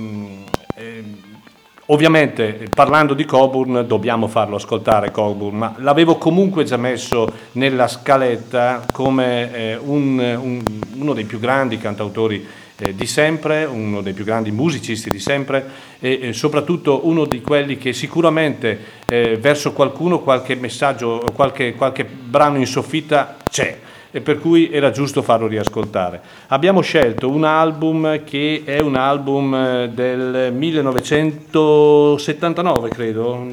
ovviamente parlando di Coburn dobbiamo farlo ascoltare Coburn, ma l'avevo comunque già messo nella scaletta come uno dei più grandi cantautori di sempre, uno dei più grandi musicisti di sempre, e soprattutto uno di quelli che sicuramente verso qualcuno qualche messaggio, qualche brano in soffitta c'è, e per cui era giusto farlo riascoltare. Abbiamo scelto un album che è un album del 1979, credo.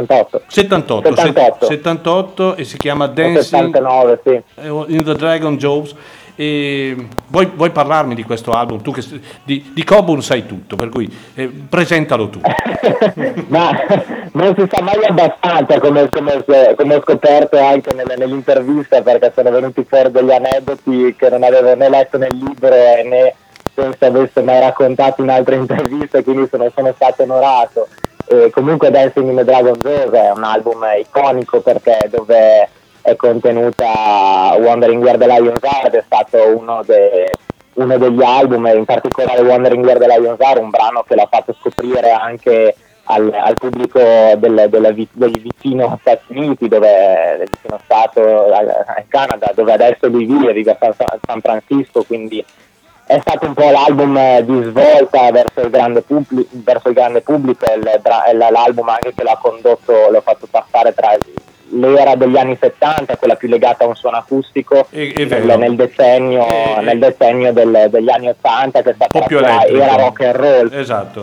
78 e si chiama Dancing 79, sì. in the Dragon Jaws. E vuoi parlarmi di questo album? Tu che di Coburn sai tutto, per cui presentalo tu. Ma non si sa mai abbastanza, come ho scoperto anche nell'intervista, perché sono venuti fuori degli aneddoti che non avevo né letto nel libro e né penso avesse mai raccontato in altre interviste, quindi sono stato onorato. E comunque Dancing in the Dragon Jaws è un album iconico, perché dove è contenuta Wandering Where the Lions Are, è stato uno degli album, e in particolare Wandering Where the Lions Are, un brano che l'ha fatto scoprire anche al pubblico del vicino Stati Uniti, del vicino stato al Canada, dove adesso lui vive a San Francisco, quindi è stato un po' l'album di svolta verso il grande pubblico, e l'album anche che l'ha fatto passare tra l'era degli anni 70, quella più legata a un suono acustico, nel decennio degli anni 80, che è stata la era rock and roll. Esatto.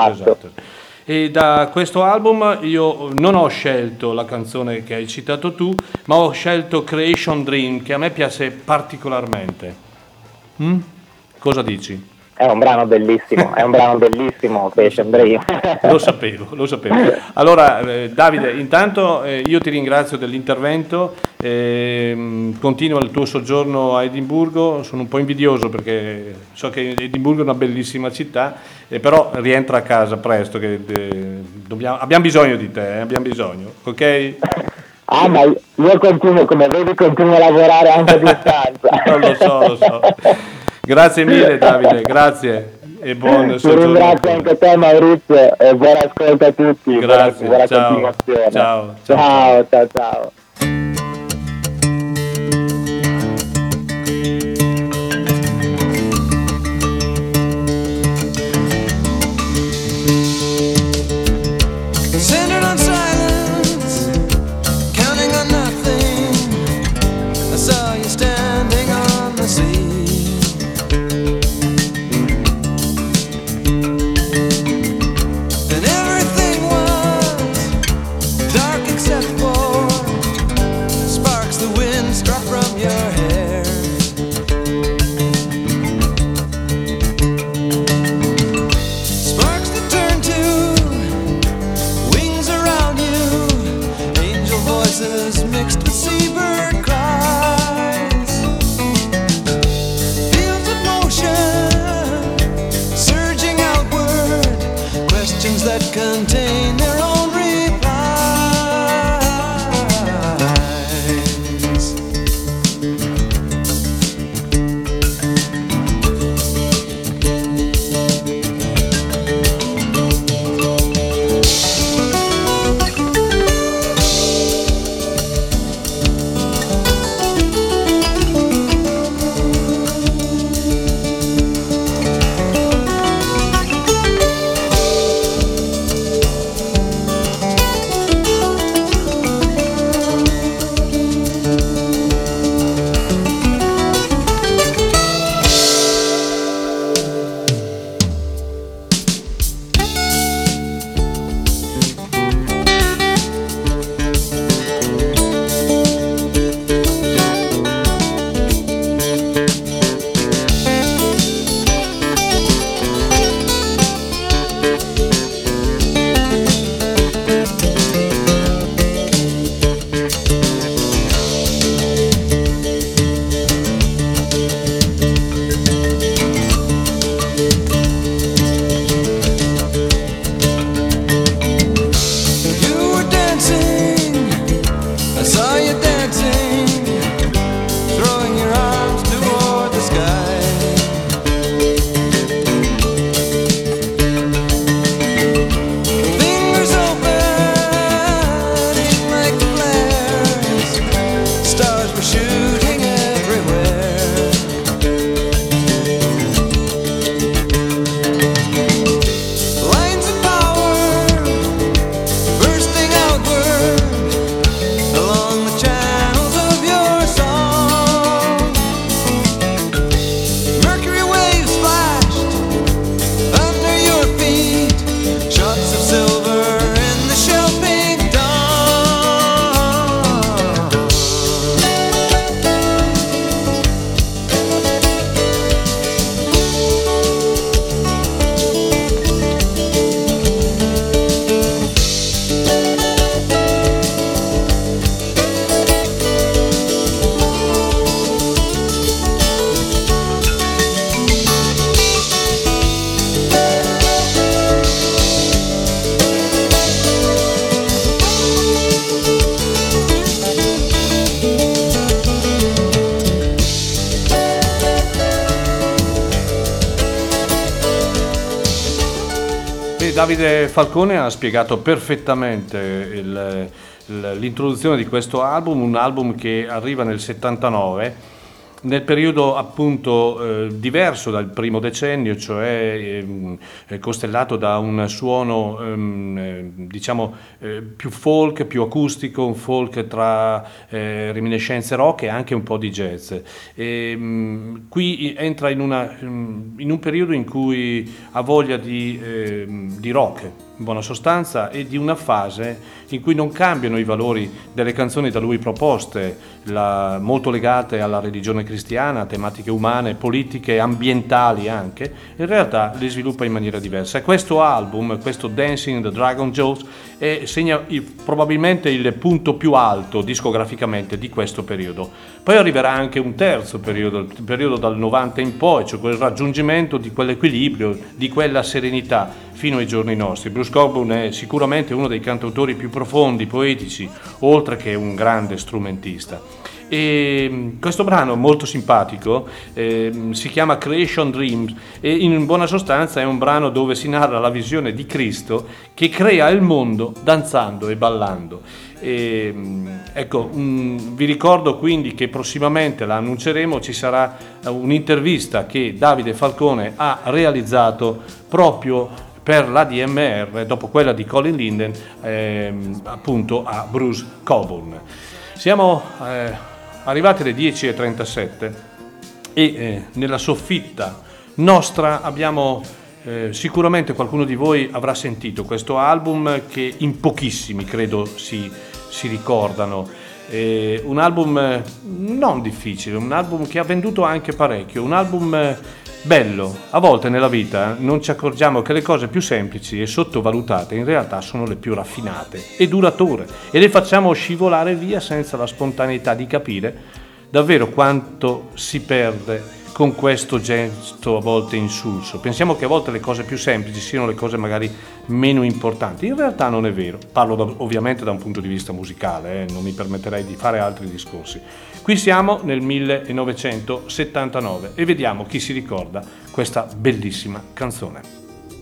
E da questo album io non ho scelto la canzone che hai citato tu, ma ho scelto Creation Dream, che a me piace particolarmente. Cosa dici? È un brano bellissimo, Creation Dream. Lo sapevo. Allora Davide, intanto io ti ringrazio dell'intervento, continua il tuo soggiorno a Edimburgo, sono un po' invidioso perché so che Edimburgo è una bellissima città, però rientra a casa presto, che abbiamo bisogno di te, abbiamo bisogno, ok? Ah, ma io continuo a lavorare anche a distanza. Lo so. Grazie mille Davide, grazie e buon soggiorno. Ti ringrazio anche te Maurizio, e buon ascolto a tutti. Grazie, buona ciao. Continuazione. Ciao. Centered on silence, counting on nothing. I saw you standing on the sea. And everything was dark except for contain their own replies. Davide Falcone ha spiegato perfettamente l'introduzione di questo album, un album che arriva nel 79, nel periodo appunto diverso dal primo decennio, cioè costellato da un suono diciamo più folk, più acustico, un folk tra reminiscenze rock e anche un po' di jazz. Qui entra in un periodo in cui ha voglia di rock, in buona sostanza, e di una fase in cui non cambiano i valori delle canzoni da lui proposte, molto legate alla religione cristiana, tematiche umane, politiche, ambientali anche, in realtà le sviluppa in maniera diversa. E questo album, questo Dancing the Dragon Jaws, segna probabilmente il punto più alto discograficamente di questo periodo. Poi arriverà anche un terzo periodo, il periodo dal 90 in poi, cioè quel raggiungimento di quell'equilibrio, di quella serenità fino ai giorni nostri. Bruce Cockburn è sicuramente uno dei cantautori più profondi, poetici, oltre che un grande strumentista. E questo brano molto simpatico si chiama Creation Dreams e in buona sostanza è un brano dove si narra la visione di Cristo che crea il mondo danzando e ballando. Ecco, vi ricordo quindi che prossimamente, la annunceremo, ci sarà un'intervista che Davide Falcone ha realizzato proprio per l'ADMR, dopo quella di Colin Linden, appunto a Bruce Cockburn. Siamo arrivati alle 10:37 e nella soffitta nostra abbiamo sicuramente, qualcuno di voi avrà sentito questo album che in pochissimi credo si ricordano. Un album non difficile, un album che ha venduto anche parecchio, un album bello. A volte nella vita non ci accorgiamo che le cose più semplici e sottovalutate in realtà sono le più raffinate e durature, e le facciamo scivolare via senza la spontaneità di capire davvero quanto si perde con questo gesto a volte insulso. Pensiamo che a volte le cose più semplici siano le cose magari meno importanti. In realtà non è vero. Parlo ovviamente da un punto di vista musicale, non mi permetterei di fare altri discorsi. Qui siamo nel 1979 e vediamo chi si ricorda questa bellissima canzone.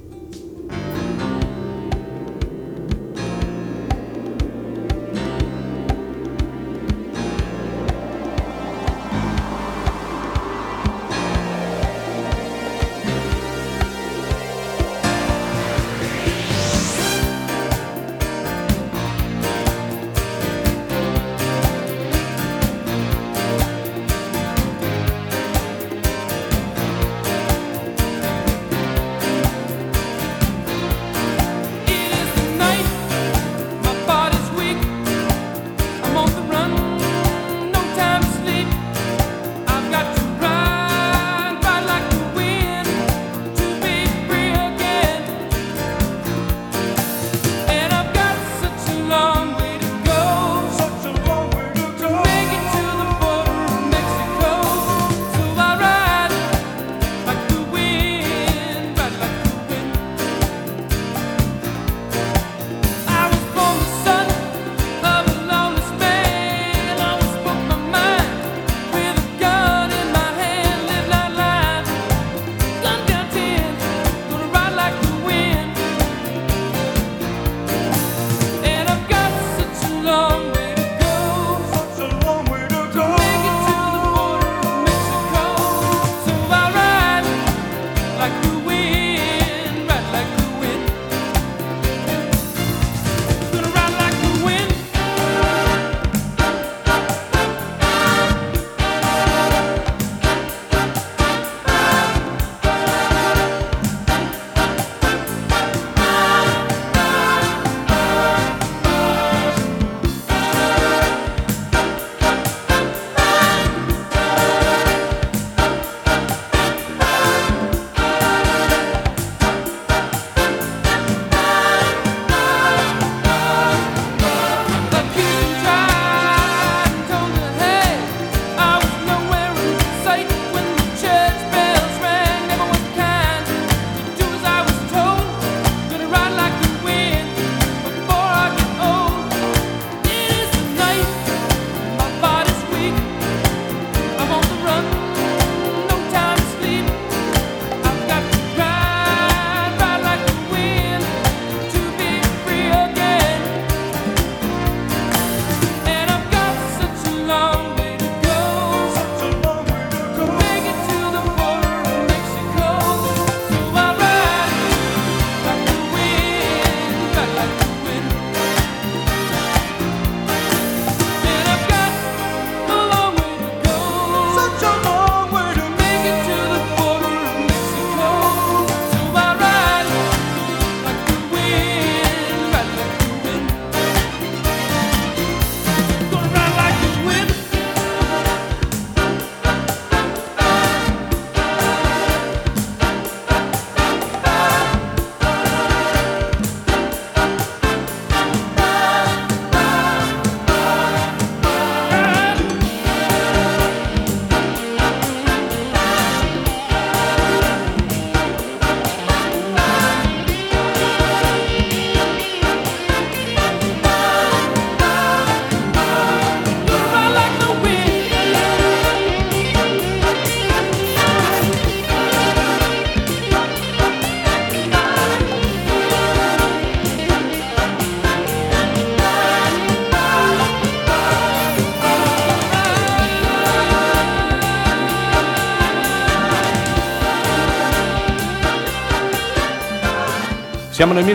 Siamo nel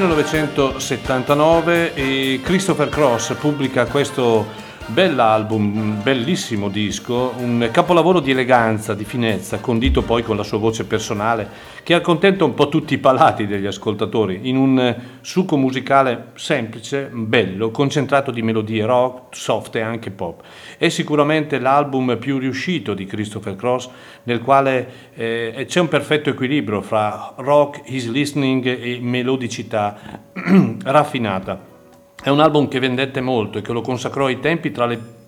1979 e Christopher Cross pubblica questo bell'album, un bellissimo disco, un capolavoro di eleganza, di finezza, condito poi con la sua voce personale, che accontenta un po' tutti i palati degli ascoltatori, in un succo musicale semplice, bello, concentrato di melodie rock, soft e anche pop. È sicuramente l'album più riuscito di Christopher Cross, nel quale c'è un perfetto equilibrio fra rock, easy listening e melodicità raffinata. È un album che vendette molto e che lo consacrò ai tempi tra le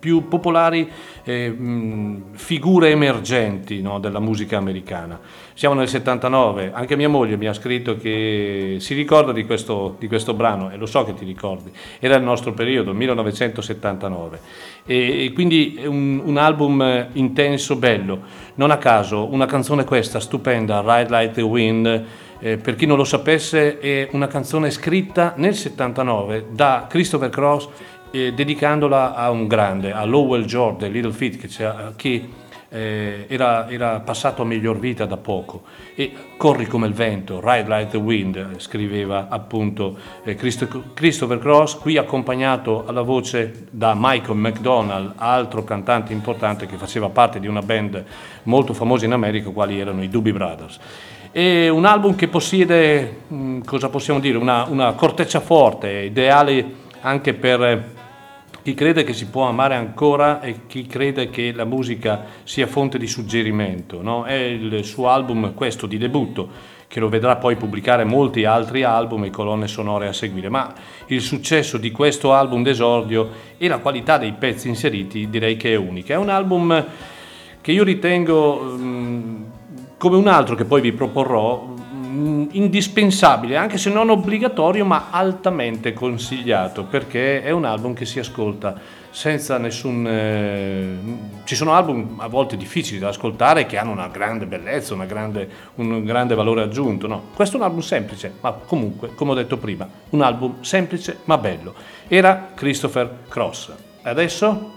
più popolari figure emergenti, no, della musica americana. Siamo nel 79, anche mia moglie mi ha scritto che si ricorda di questo brano, e lo so che ti ricordi, era il nostro periodo, 1979, e quindi è un album intenso, bello. Non a caso una canzone questa stupenda, Ride Like the Wind, per chi non lo sapesse, è una canzone scritta nel 79 da Christopher Cross, dedicandola a un grande, a Lowell George dei Little Feat, che era passato a miglior vita da poco. E Corri come il vento, Ride Like the Wind, scriveva appunto Christopher Cross, qui accompagnato alla voce da Michael McDonald, altro cantante importante che faceva parte di una band molto famosa in America, quali erano i Doobie Brothers. È un album che possiede, cosa possiamo dire, una corteccia forte, ideale anche per chi crede che si può amare ancora e chi crede che la musica sia fonte di suggerimento, no? È il suo album, questo di debutto, che lo vedrà poi pubblicare molti altri album e colonne sonore a seguire, ma il successo di questo album d'esordio e la qualità dei pezzi inseriti direi che è unica. È un album che io ritengo, come un altro che poi vi proporrò, indispensabile, anche se non obbligatorio, ma altamente consigliato, perché è un album che si ascolta senza nessun... ci sono album a volte difficili da ascoltare che hanno una grande bellezza, un grande valore aggiunto, no? Questo è un album semplice, ma comunque, come ho detto prima, un album semplice ma bello. Era Christopher Cross. Adesso...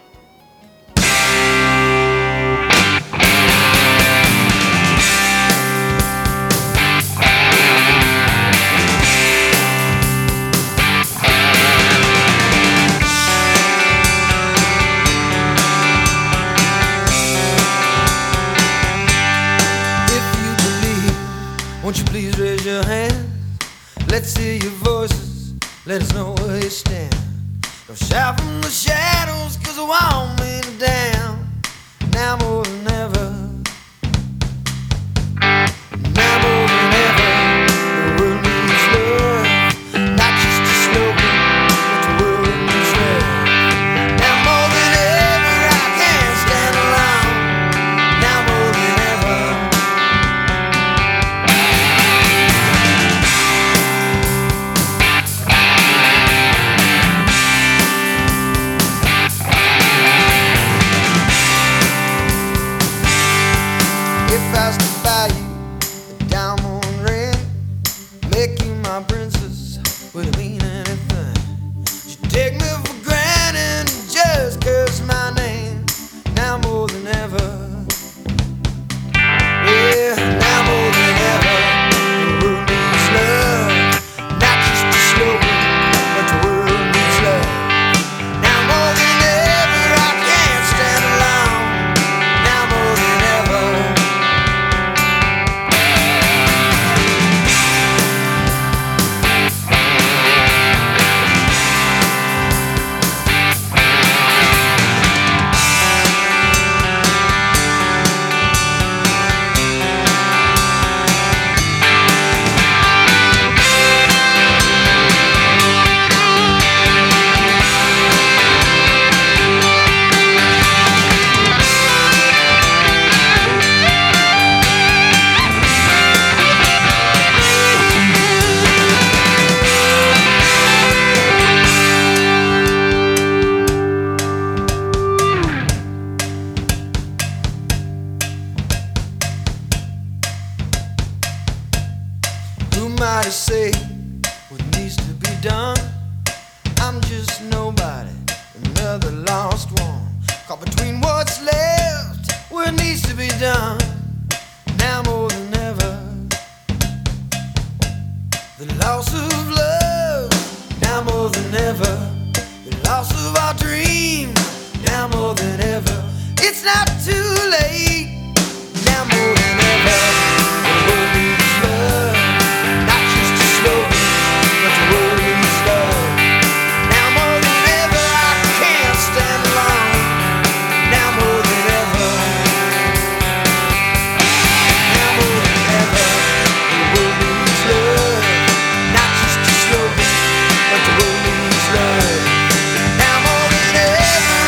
Won't you please raise your hand? Let's hear your voices, let us know where you stand. Don't shout from the shadows, cause I want me down. Now more than ever, now more than ever, the world needs love. Not just a slogan, but the world needs love. Now more than ever, I can't stand alone. Now more than ever. If I stood by you, a diamond ring, make you my princess, would it mean anything? You take me for granted, just curse my name. Now more than ever, yeah, now more than ever, the world needs love. Not just a slogan, but the world needs love. Now more than ever, I can't stand alone. Now more than ever. Who might have say what needs to be done? I'm just nobody, another lost one. Caught between what's left, what needs to be done. Now more than ever, the loss of love. Now more than ever, the loss of our dreams. Now more than ever, it's not too late. Now more than ever, the world needs love. Not just a slogan, but the world needs love. Now more than ever, I can't stand alone. Now more than ever, now more than ever, the world needs love. Not just a slogan, but the world needs love. Now more than ever,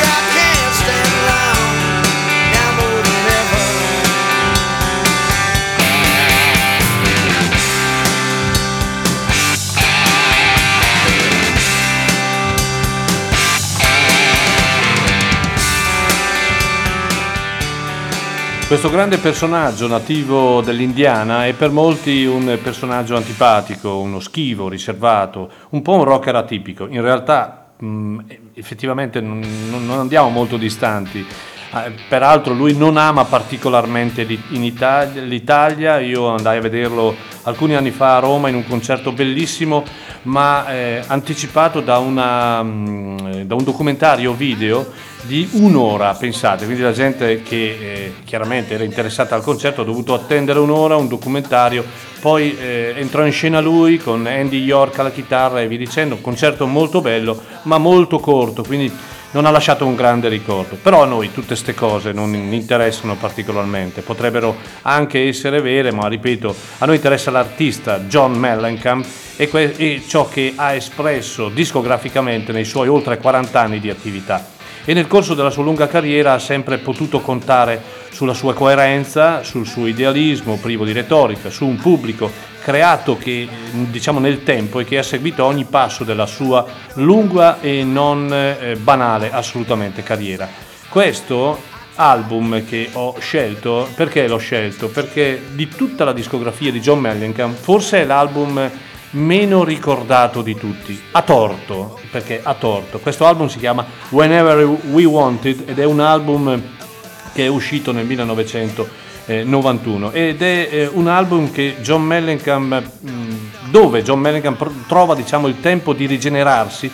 Questo grande personaggio nativo dell'Indiana è per molti un personaggio antipatico, uno schivo, riservato, un po' un rocker atipico. In realtà effettivamente non andiamo molto distanti. Peraltro lui non ama particolarmente l'Italia. Io andai a vederlo alcuni anni fa a Roma in un concerto bellissimo, ma anticipato da un documentario video di un'ora, pensate, quindi la gente che chiaramente era interessata al concerto ha dovuto attendere un'ora, un documentario, poi entrò in scena lui con Andy York alla chitarra e via dicendo, un concerto molto bello ma molto corto, quindi non ha lasciato un grande ricordo. Però a noi tutte queste cose non interessano particolarmente, potrebbero anche essere vere, ma ripeto, a noi interessa l'artista John Mellencamp e ciò che ha espresso discograficamente nei suoi oltre 40 anni di attività. E nel corso della sua lunga carriera ha sempre potuto contare sulla sua coerenza, sul suo idealismo privo di retorica, su un pubblico creato che diciamo nel tempo e che ha seguito ogni passo della sua lunga e non banale assolutamente carriera. Questo album che ho scelto, perché l'ho scelto? Perché di tutta la discografia di John Mellencamp forse è l'album meno ricordato di tutti, a torto, perché a torto. Questo album si chiama Whenever We Want It ed è un album che è uscito nel 1991 ed è un album che John Mellencamp, dove John Mellencamp trova diciamo il tempo di rigenerarsi,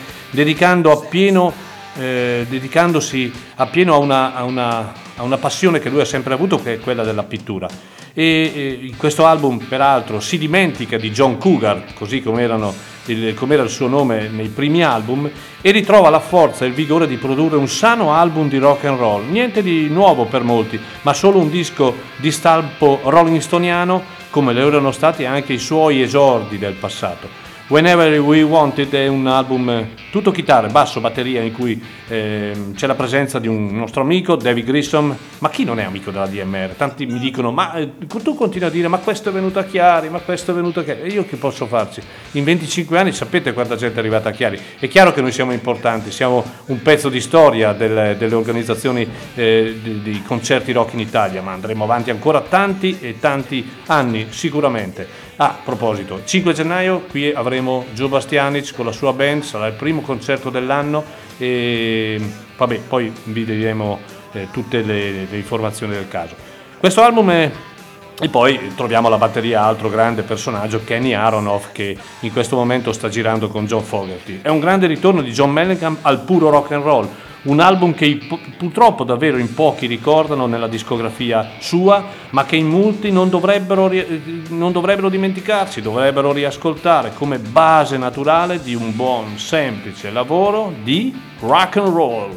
dedicandosi appieno a una passione che lui ha sempre avuto, che è quella della pittura. E in questo album peraltro si dimentica di John Cougar, così come era il suo nome nei primi album, e ritrova la forza e il vigore di produrre un sano album di rock and roll, niente di nuovo per molti, ma solo un disco di stampo rolling stoniano come lo erano stati anche i suoi esordi del passato. Whenever We Want It è un album tutto chitarre, basso, batteria, in cui c'è la presenza di un nostro amico, David Grissom. Ma chi non è amico della DMR? Tanti mi dicono, ma tu continui a dire, ma questo è venuto a Chiari, ma questo è venuto a Chiari. E io che posso farci? In 25 anni sapete quanta gente è arrivata a Chiari. È chiaro che noi siamo importanti, siamo un pezzo di storia delle organizzazioni di concerti rock in Italia, ma andremo avanti ancora tanti e tanti anni, sicuramente. A proposito, 5 gennaio qui avremo Joe Bastianic con la sua band, sarà il primo concerto dell'anno e vabbè, poi vi diremo tutte le informazioni del caso. Questo album è... E poi troviamo alla batteria altro grande personaggio, Kenny Aronoff, che in questo momento sta girando con John Fogerty. È un grande ritorno di John Mellencamp al puro rock and roll, un album che purtroppo davvero in pochi ricordano nella discografia sua, ma che in molti non dovrebbero dimenticarsi, dovrebbero riascoltare come base naturale di un buon semplice lavoro di rock and roll.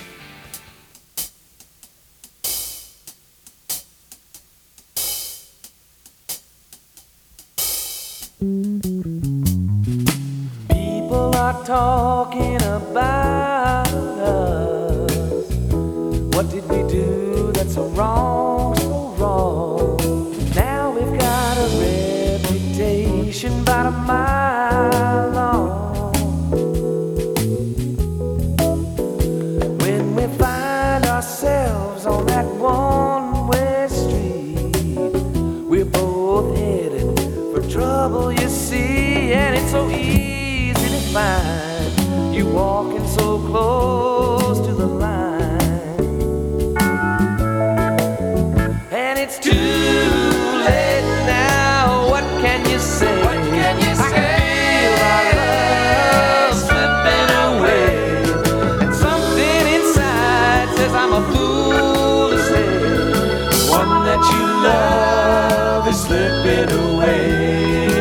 People are talking about us. What did we do that's so wrong, so wrong? Now we've got a reputation about a mile long. When we find ourselves on that one-way street, we're both headed for trouble, you see, and it's so easy to find you walking so close to the line, and it's too late now. What can you say? What can you say? I feel our love slipping away, and something inside says I'm a fool to say the one that you love is slipping away.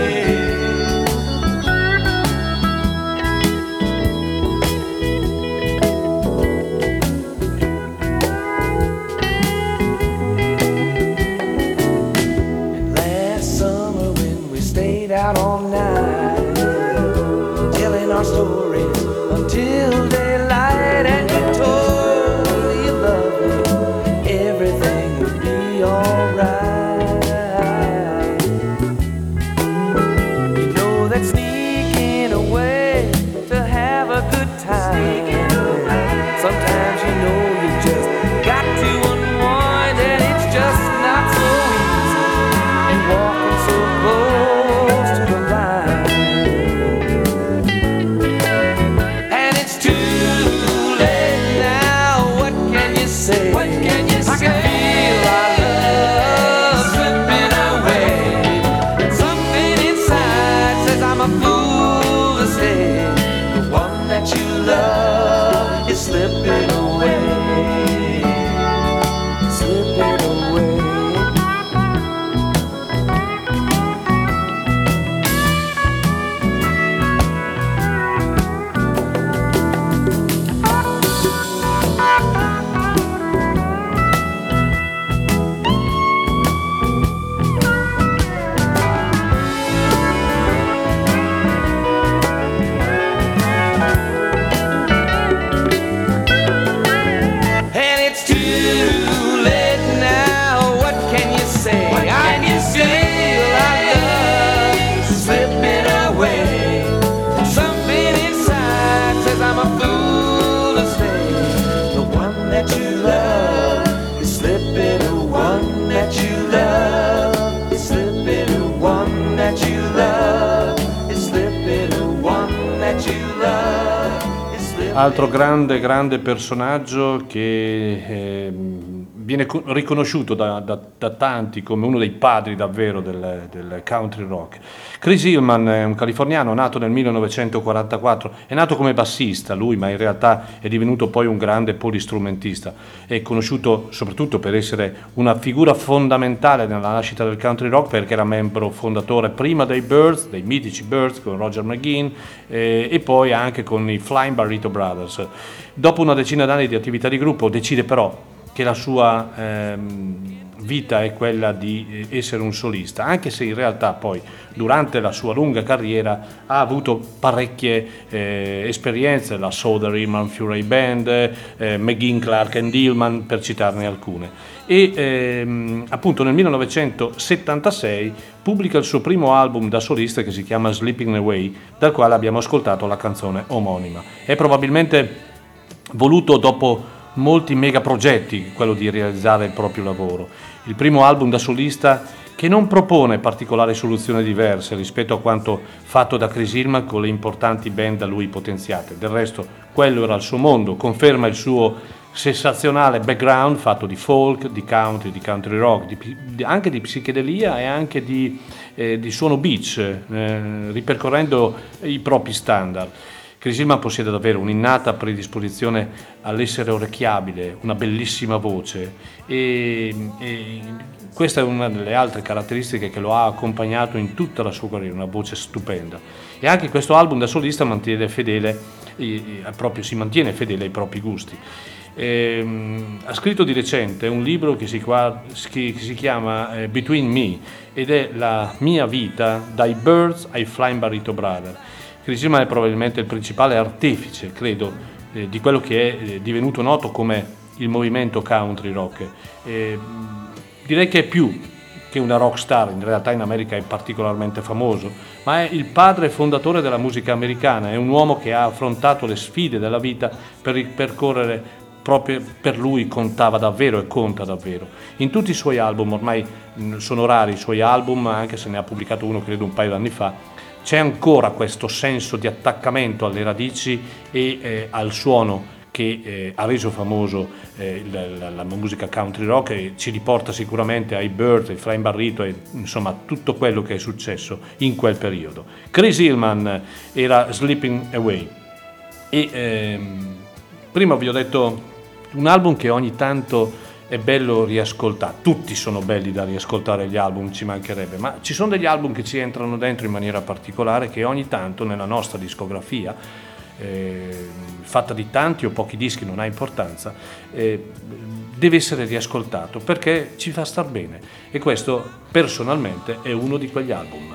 Out all night, telling our stories until daylight, and you told me you loved me, everything would be alright. You know that sneaking away to have a good time, sometimes you know you just got to unwind, and it's just Altro grande personaggio che viene riconosciuto da tanti come uno dei padri davvero del country rock. Chris Hillman è un californiano nato nel 1944, è nato come bassista lui, ma in realtà è divenuto poi un grande polistrumentista. È conosciuto soprattutto per essere una figura fondamentale nella nascita del country rock, perché era membro fondatore prima dei Byrds, dei mitici Byrds con Roger McGuinn, e poi anche con i Flying Burrito Brothers. Dopo una decina d'anni di attività di gruppo decide però che la sua vita è quella di essere un solista, anche se in realtà poi durante la sua lunga carriera ha avuto parecchie esperienze, la Souther Hillman Furay Band, McGuinn, Clark and Hillman, per citarne alcune. E appunto nel 1976 pubblica il suo primo album da solista che si chiama Sleeping Away, dal quale abbiamo ascoltato la canzone omonima. È probabilmente voluto dopo molti mega progetti quello di realizzare il proprio lavoro. Il primo album da solista che non propone particolari soluzioni diverse rispetto a quanto fatto da Chris Hillman con le importanti band da lui potenziate. Del resto quello era il suo mondo, conferma il suo sensazionale background fatto di folk, di country rock, anche di psichedelia e anche di suono beach, ripercorrendo i propri standard. Chris Hillman possiede davvero un'innata predisposizione all'essere orecchiabile, una bellissima voce e questa è una delle altre caratteristiche che lo ha accompagnato in tutta la sua carriera, una voce stupenda. E anche questo album da solista si mantiene fedele ai propri gusti. Ha scritto di recente un libro che si chiama Between Me ed è la mia vita dai Byrds ai Flying Burrito Brothers. Chris Hillman è probabilmente il principale artefice, credo, di quello che è divenuto noto come il movimento country rock. Direi che è più che una rock star, in realtà in America è particolarmente famoso, ma è il padre fondatore della musica americana, è un uomo che ha affrontato le sfide della vita per percorrere, proprio per lui contava davvero e conta davvero. In tutti i suoi album, ormai sono rari i suoi album, anche se ne ha pubblicato uno credo un paio d'anni fa, c'è ancora questo senso di attaccamento alle radici e al suono che ha reso famoso la musica country rock e ci riporta sicuramente ai Byrds, ai Flying Burrito e insomma tutto quello che è successo in quel periodo. Chris Hillman era Sleeping Away e prima vi ho detto un album che ogni tanto è bello riascoltare, tutti sono belli da riascoltare gli album, ci mancherebbe, ma ci sono degli album che ci entrano dentro in maniera particolare che ogni tanto nella nostra discografia, fatta di tanti o pochi dischi non ha importanza, deve essere riascoltato perché ci fa star bene e questo personalmente è uno di quegli album.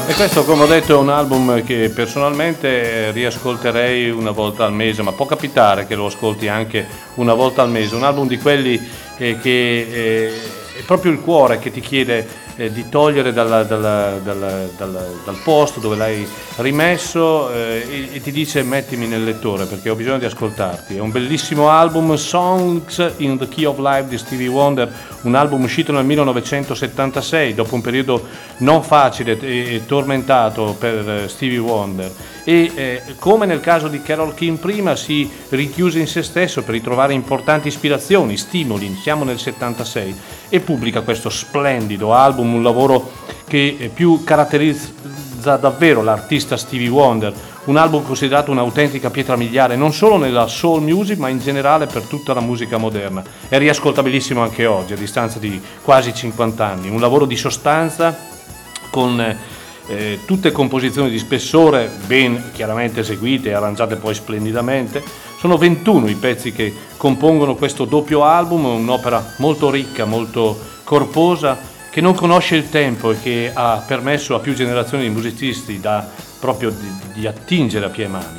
E questo, come ho detto, è un album che personalmente riascolterei una volta al mese, ma può capitare che lo ascolti anche una volta al mese. Un album di quelli che è proprio il cuore che ti chiede di togliere dal posto dove l'hai rimesso e ti dice mettimi nel lettore perché ho bisogno di ascoltarti. È un bellissimo album, Songs in the Key of Life di Stevie Wonder, un album uscito nel 1976 dopo un periodo non facile e tormentato per Stevie Wonder e come nel caso di Carole King prima si richiuse in se stesso per ritrovare importanti ispirazioni, stimoli. Siamo nel 76 e pubblica questo splendido album, un lavoro che più caratterizza davvero l'artista Stevie Wonder, un album considerato un'autentica pietra miliare non solo nella soul music ma in generale per tutta la musica moderna. È riascoltabilissimo anche oggi a distanza di quasi 50 anni, un lavoro di sostanza con tutte composizioni di spessore ben chiaramente eseguite e arrangiate poi splendidamente. Sono 21 i pezzi che compongono questo doppio album, un'opera molto ricca, molto corposa, che non conosce il tempo e che ha permesso a più generazioni di musicisti proprio di attingere a piè mani.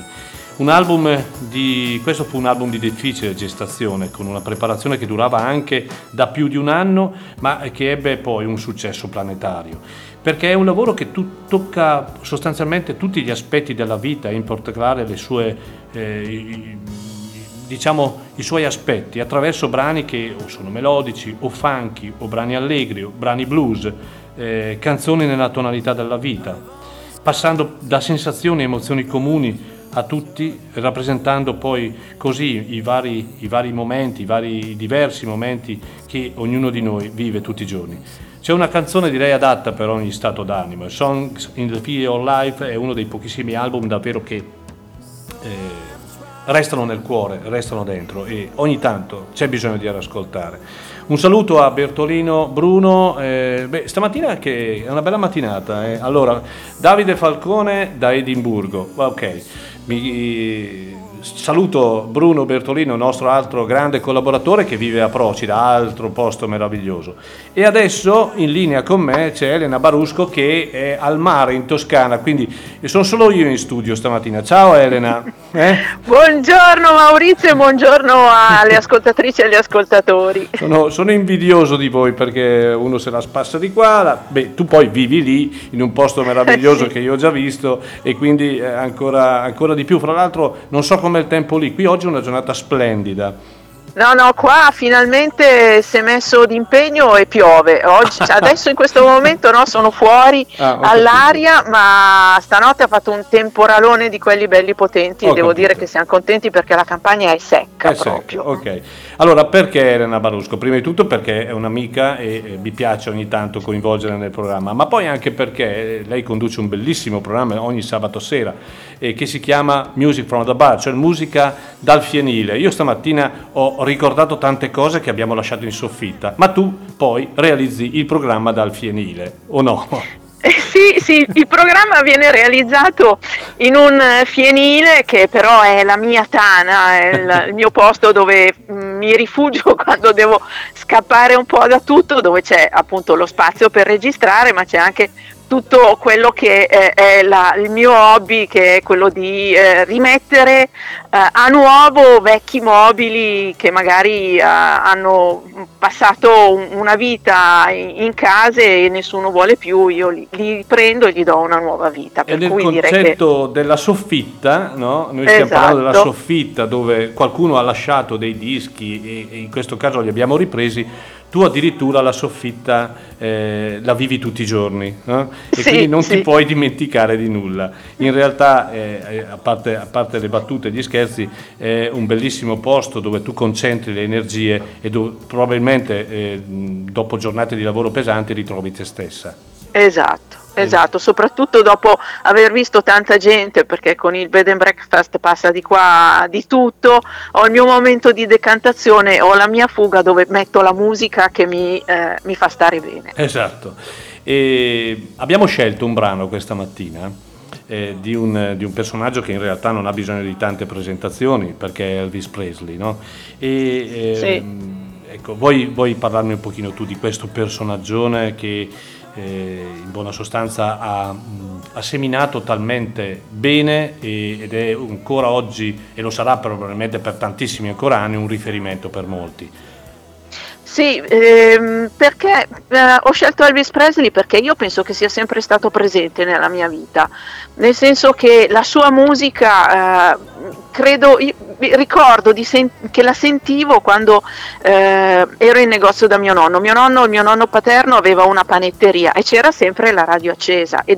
Questo fu un album di difficile gestazione, con una preparazione che durava anche da più di un anno, ma che ebbe poi un successo planetario. Perché è un lavoro che tocca sostanzialmente tutti gli aspetti della vita, in particolare le sue, i suoi aspetti, attraverso brani che o sono melodici, o funky, o brani allegri, o brani blues, canzoni nella tonalità della vita, passando da sensazioni e emozioni comuni a tutti, rappresentando poi così i vari momenti, i diversi momenti che ognuno di noi vive tutti i giorni. C'è una canzone direi adatta per ogni stato d'animo. Songs in the Key of Life è uno dei pochissimi album davvero che restano nel cuore, restano dentro e ogni tanto c'è bisogno di ascoltare. Un saluto a Bertolino Bruno, stamattina che è una bella mattinata. Allora, Davide Falcone da Edimburgo, ok, saluto Bruno Bertolino, nostro altro grande collaboratore che vive a Procida, altro posto meraviglioso. E adesso in linea con me c'è Elena Barusco che è al mare in Toscana, quindi sono solo io in studio stamattina. Ciao Elena. Buongiorno Maurizio e buongiorno alle ascoltatrici e agli ascoltatori. Sono invidioso di voi perché uno se la spassa di qua, tu poi vivi lì in un posto meraviglioso sì. Che io ho già visto e quindi ancora di più. Fra l'altro non so com'è il tempo lì, qui oggi è una giornata splendida. No, qua finalmente si è messo d'impegno e piove. Adesso in questo momento sono fuori all'aria, ma stanotte ha fatto un temporalone di quelli belli potenti e devo dire che siamo contenti perché la campagna è secca proprio. Ok. Allora, perché Elena Barusco? Prima di tutto perché è un'amica e mi piace ogni tanto coinvolgerla nel programma, ma poi anche perché lei conduce un bellissimo programma ogni sabato sera che si chiama Music from the Bar, cioè musica dal fienile. Io stamattina ho ricordato tante cose che abbiamo lasciato in soffitta, ma tu poi realizzi il programma dal fienile, o no? Sì, il programma viene realizzato in un fienile che però è la mia tana, è il mio posto dove mi rifugio quando devo scappare un po' da tutto, dove c'è appunto lo spazio per registrare, ma c'è anche tutto quello che è il mio hobby, che è quello di rimettere a nuovo vecchi mobili che magari hanno passato una vita in case e nessuno vuole più. Io li prendo e gli do una nuova vita. Per cui il concetto della soffitta, no? Noi stiamo parlando della soffitta dove qualcuno ha lasciato dei dischi e in questo caso li abbiamo ripresi. Tu addirittura la soffitta la vivi tutti i giorni, no? E quindi non ti puoi dimenticare di nulla. In realtà, a parte le battute e gli scherzi, è un bellissimo posto dove tu concentri le energie e dove probabilmente dopo giornate di lavoro pesanti ritrovi te stessa. Esatto, soprattutto dopo aver visto tanta gente, perché con il bed and breakfast passa di qua di tutto, ho il mio momento di decantazione, ho la mia fuga dove metto la musica che mi fa stare bene. Esatto, e abbiamo scelto un brano questa mattina di un personaggio che in realtà non ha bisogno di tante presentazioni perché è Elvis Presley, no? Ecco, vuoi parlarmi un pochino tu di questo personaggione che in buona sostanza ha seminato talmente bene ed è ancora oggi, e lo sarà probabilmente per tantissimi ancora anni, un riferimento per molti. Sì, perché ho scelto Elvis Presley perché io penso che sia sempre stato presente nella mia vita, nel senso che la sua musica, ricordo che la sentivo quando ero in negozio da mio nonno. Il mio nonno paterno aveva una panetteria e c'era sempre la radio accesa ed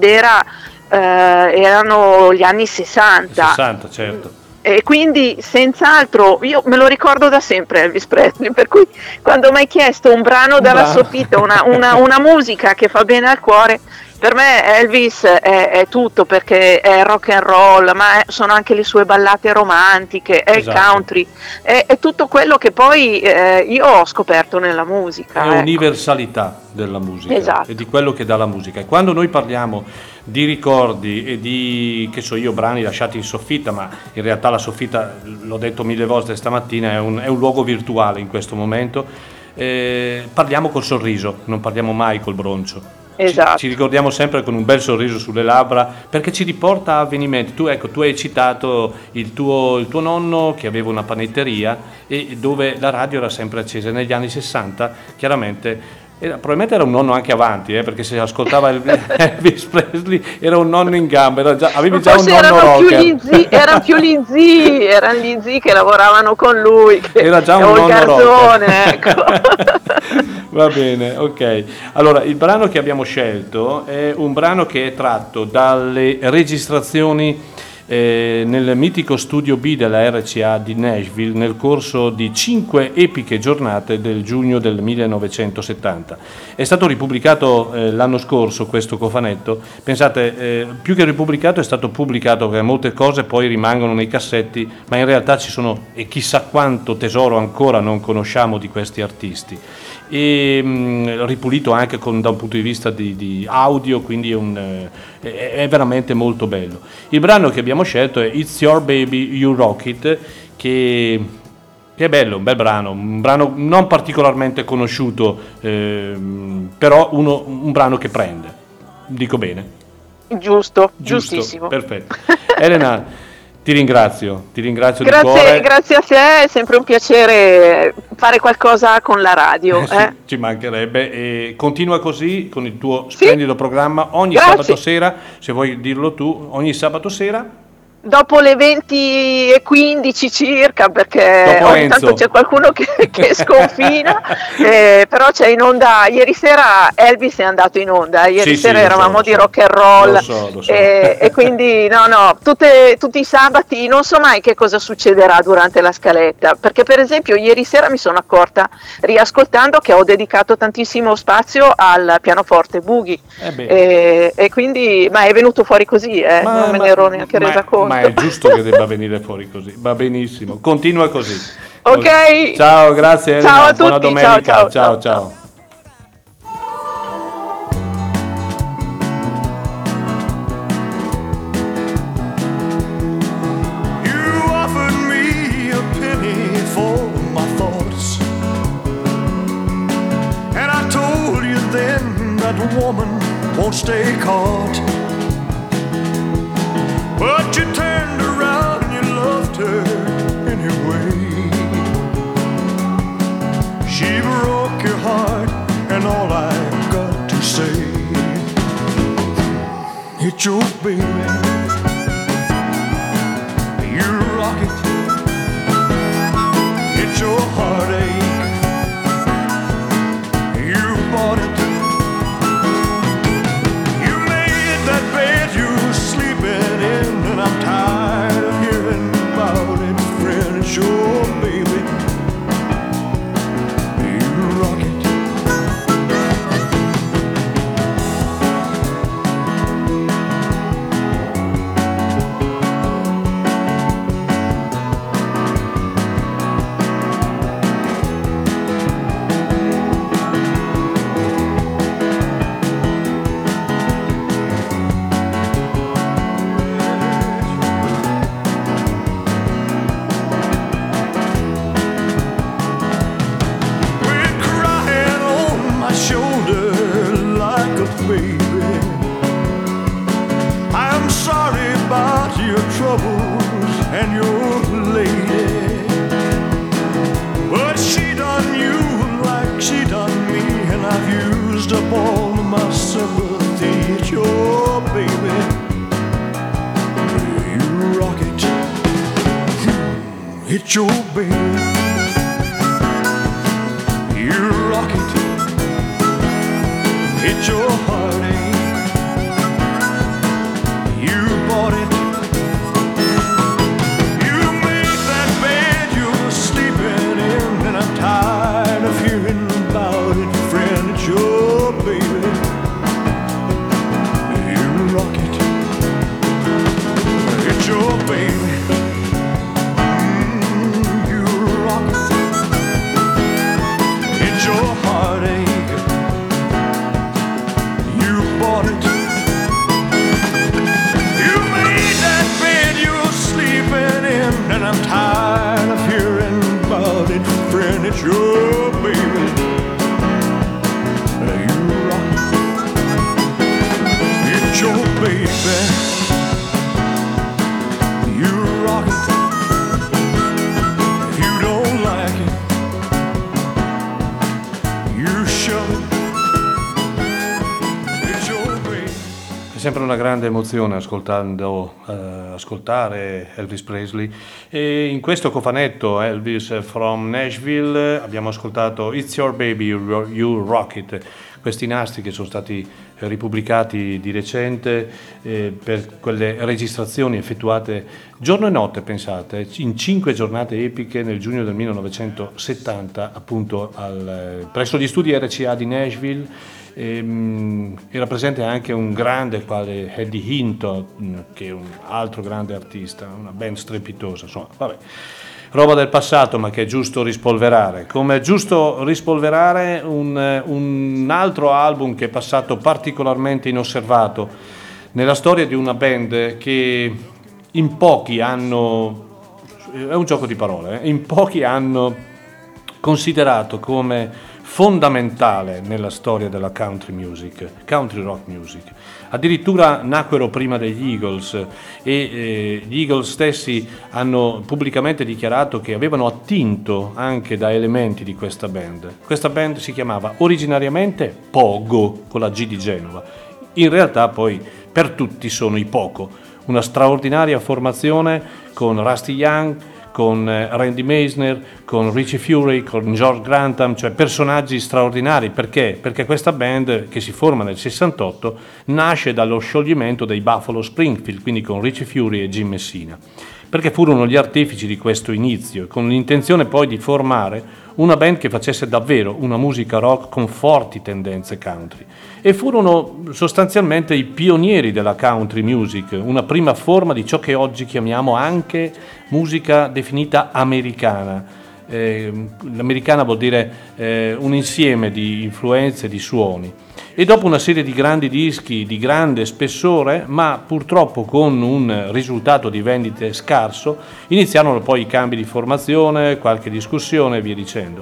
erano gli anni 60. 60, certo. E quindi senz'altro io me lo ricordo da sempre Elvis Presley, per cui quando mi hai chiesto un brano dalla soffitta, una musica che fa bene al cuore, per me Elvis è tutto, perché è rock and roll, ma sono anche le sue ballate romantiche, è il country, è tutto quello che poi io ho scoperto nella musica. È universalità della musica, esatto. E di quello che dà la musica. E quando noi parliamo di ricordi e di, che so io, brani lasciati in soffitta, ma in realtà la soffitta, l'ho detto 1000 volte stamattina, è un luogo virtuale in questo momento, parliamo col sorriso, non parliamo mai col broncio. Esatto. Ci ricordiamo sempre con un bel sorriso sulle labbra, perché ci riporta a avvenimenti. Tu hai citato il tuo nonno che aveva una panetteria e dove la radio era sempre accesa. Negli anni 60 chiaramente probabilmente era un nonno anche avanti, perché se ascoltava Elvis Presley era un nonno in gamba, avevi già forse un nonno rocker. Erano gli zii che lavoravano con lui, era già un nonno garzone, ecco. Va bene, ok. Allora, il brano che abbiamo scelto è un brano che è tratto dalle registrazioni nel mitico studio B della RCA di Nashville nel corso di 5 epiche giornate del giugno del 1970. È stato ripubblicato l'anno scorso questo cofanetto. Pensate, più che ripubblicato è stato pubblicato, perché molte cose poi rimangono nei cassetti, ma in realtà ci sono, e chissà quanto tesoro ancora non conosciamo di questi artisti. E ripulito anche da un punto di vista di audio, quindi è veramente molto bello. Il brano che abbiamo scelto è It's Your Baby, You Rock It, che è bello, un bel brano, un brano non particolarmente conosciuto, però un brano che prende, dico bene? Giusto, giustissimo. Perfetto. Elena, ti ringrazio di cuore. Grazie a te, è sempre un piacere fare qualcosa con la radio. Ci mancherebbe, e continua così con il tuo splendido programma ogni sabato sera, se vuoi dirlo tu, ogni sabato sera. Dopo le 20:15 circa, perché ogni tanto c'è qualcuno che sconfina, però c'è in onda. Ieri sera Elvis è andato in onda, sera eravamo di rock and roll, lo so. E quindi tutti i sabati non so mai che cosa succederà durante la scaletta, perché per esempio ieri sera mi sono accorta, riascoltando, che ho dedicato tantissimo spazio al pianoforte boogie, e quindi, ma è venuto fuori così, non me ne ero neanche resa conto. Ma è giusto che debba venire fuori così, va benissimo, continua così. Ok. Ciao, grazie Elena. Ciao a tutti. Buona domenica. Ciao. You offered me a penny for my thoughts, and I told you then that woman won't stay caught. But you turned around and you loved her anyway. She broke your heart, and all I got to say, it's your baby, you rock it, it's your heartache, you bought it. You made that bed you're sleeping in, and I'm tired of hearing about it, friend. It's your baby, you rock it. done me, and I've used up all of my sympathy. It's your baby. You rock it. It's your baby. You rock it. It's your heartache. You bought it. You made that bed you're sleeping in, and I'm tired of hearing about it, friend. It's your baby. You rock it. It's your baby. You rock it. It's your heartache. You bought it. You made that bed you're sleeping in, and I'm tired of hearing about it, friend. It's your baby. You rock it. It's your baby. You rock it. If you don't like it, you shove it. It's your baby. È sempre una grande emozione ascoltare Elvis Presley, e in questo cofanetto Elvis from Nashville abbiamo ascoltato It's Your Baby, You Rock It. Questi nastri che sono stati ripubblicati di recente per quelle registrazioni effettuate giorno e notte, pensate, in 5 giornate epiche nel giugno del 1970 appunto presso gli studi RCA di Nashville. Era presente anche un grande quale Eddie Hinton, che è un altro grande artista, una band strepitosa, insomma, vabbè. Roba del passato, ma che è giusto rispolverare. Come è giusto rispolverare un altro album che è passato particolarmente inosservato nella storia di una band che in pochi hanno, è un gioco di parole, in pochi hanno considerato come fondamentale nella storia della country rock music. Addirittura nacquero prima degli Eagles e gli Eagles stessi hanno pubblicamente dichiarato che avevano attinto anche da elementi di questa band. Questa band si chiamava originariamente Pogo, con la G di Genova. In realtà poi per tutti sono i Poco, una straordinaria formazione con Rusty Young, con Randy Meisner, con Richie Furay, con George Grantham, cioè personaggi straordinari. Perché? Perché questa band, che si forma nel 68, nasce dallo scioglimento dei Buffalo Springfield, quindi con Richie Furay e Jim Messina, perché furono gli artefici di questo inizio, con l'intenzione poi di formare una band che facesse davvero una musica rock con forti tendenze country. E furono sostanzialmente i pionieri della country music, una prima forma di ciò che oggi chiamiamo anche musica definita americana. L'americana vuol dire un insieme di influenze, di suoni. E dopo una serie di grandi dischi di grande spessore, ma purtroppo con un risultato di vendite scarso, iniziarono poi i cambi di formazione, qualche discussione e via dicendo.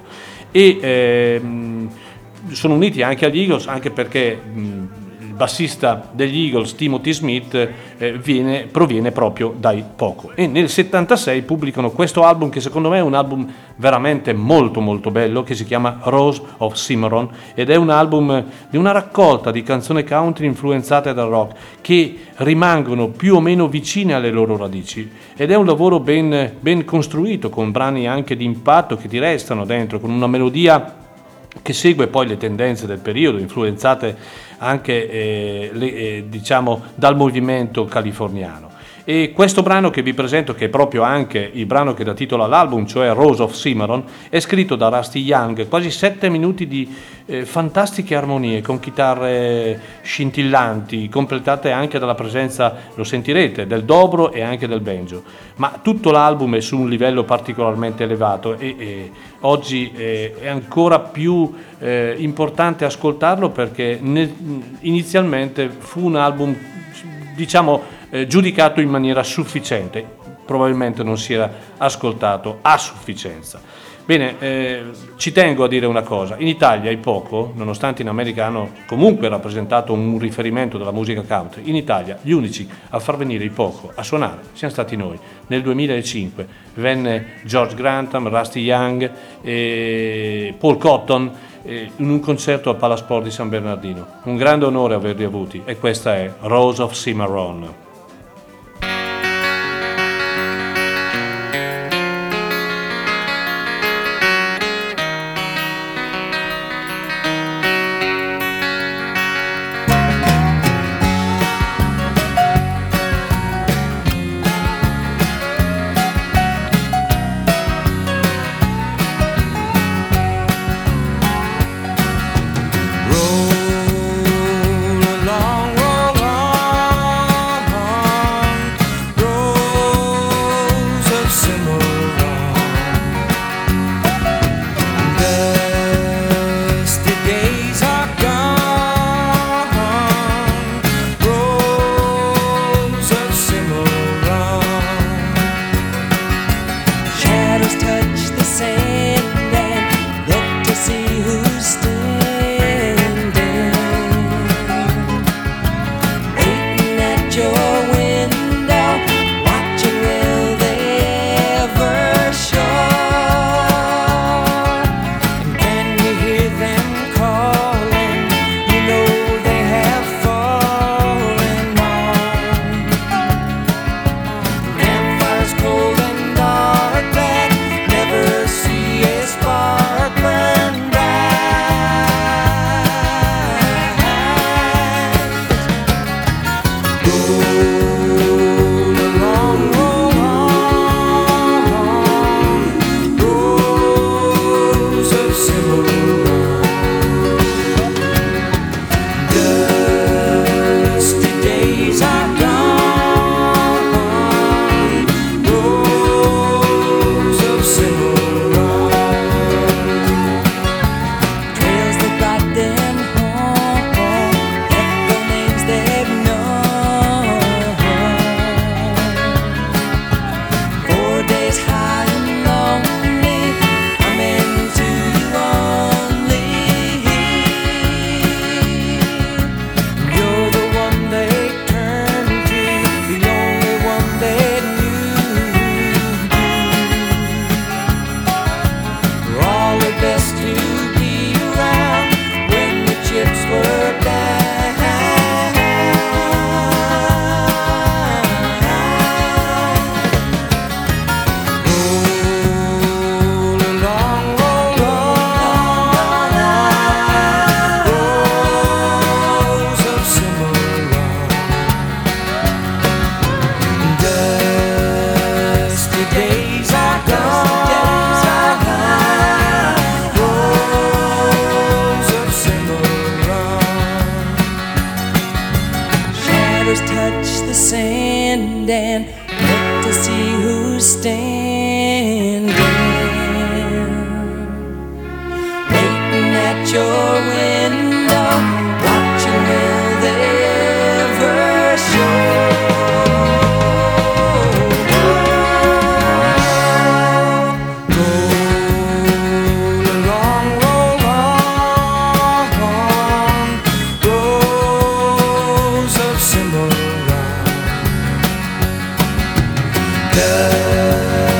E sono uniti anche agli Eagles, anche perché il bassista degli Eagles, Timothy Smith, proviene proprio dai Poco. E nel 76 pubblicano questo album, che secondo me è un album veramente molto molto bello, che si chiama Rose of Cimarron, ed è un album di una raccolta di canzoni country influenzate dal rock, che rimangono più o meno vicine alle loro radici, ed è un lavoro ben costruito, con brani anche di impatto che ti restano dentro, con una melodia che segue poi le tendenze del periodo, influenzate anche diciamo dal movimento californiano. E questo brano che vi presento, che è proprio anche il brano che dà titolo all'album, cioè Rose of Cimarron, è scritto da Rusty Young, quasi 7 minuti di fantastiche armonie con chitarre scintillanti, completate anche dalla presenza, lo sentirete, del dobro e anche del banjo. Ma tutto l'album è su un livello particolarmente elevato e oggi è ancora più importante ascoltarlo, perché inizialmente fu un album, diciamo, giudicato in maniera sufficiente, probabilmente non si era ascoltato a sufficienza. Bene, ci tengo a dire una cosa: in Italia i Poco, nonostante in America hanno comunque rappresentato un riferimento della musica country, in Italia gli unici a far venire i Poco a suonare siamo stati noi. Nel 2005 venne George Grantham, Rusty Young, Paul Cotton, in un concerto al Palasport di San Bernardino. Un grande onore averli avuti, e questa è Rose of Cimarron. Dusty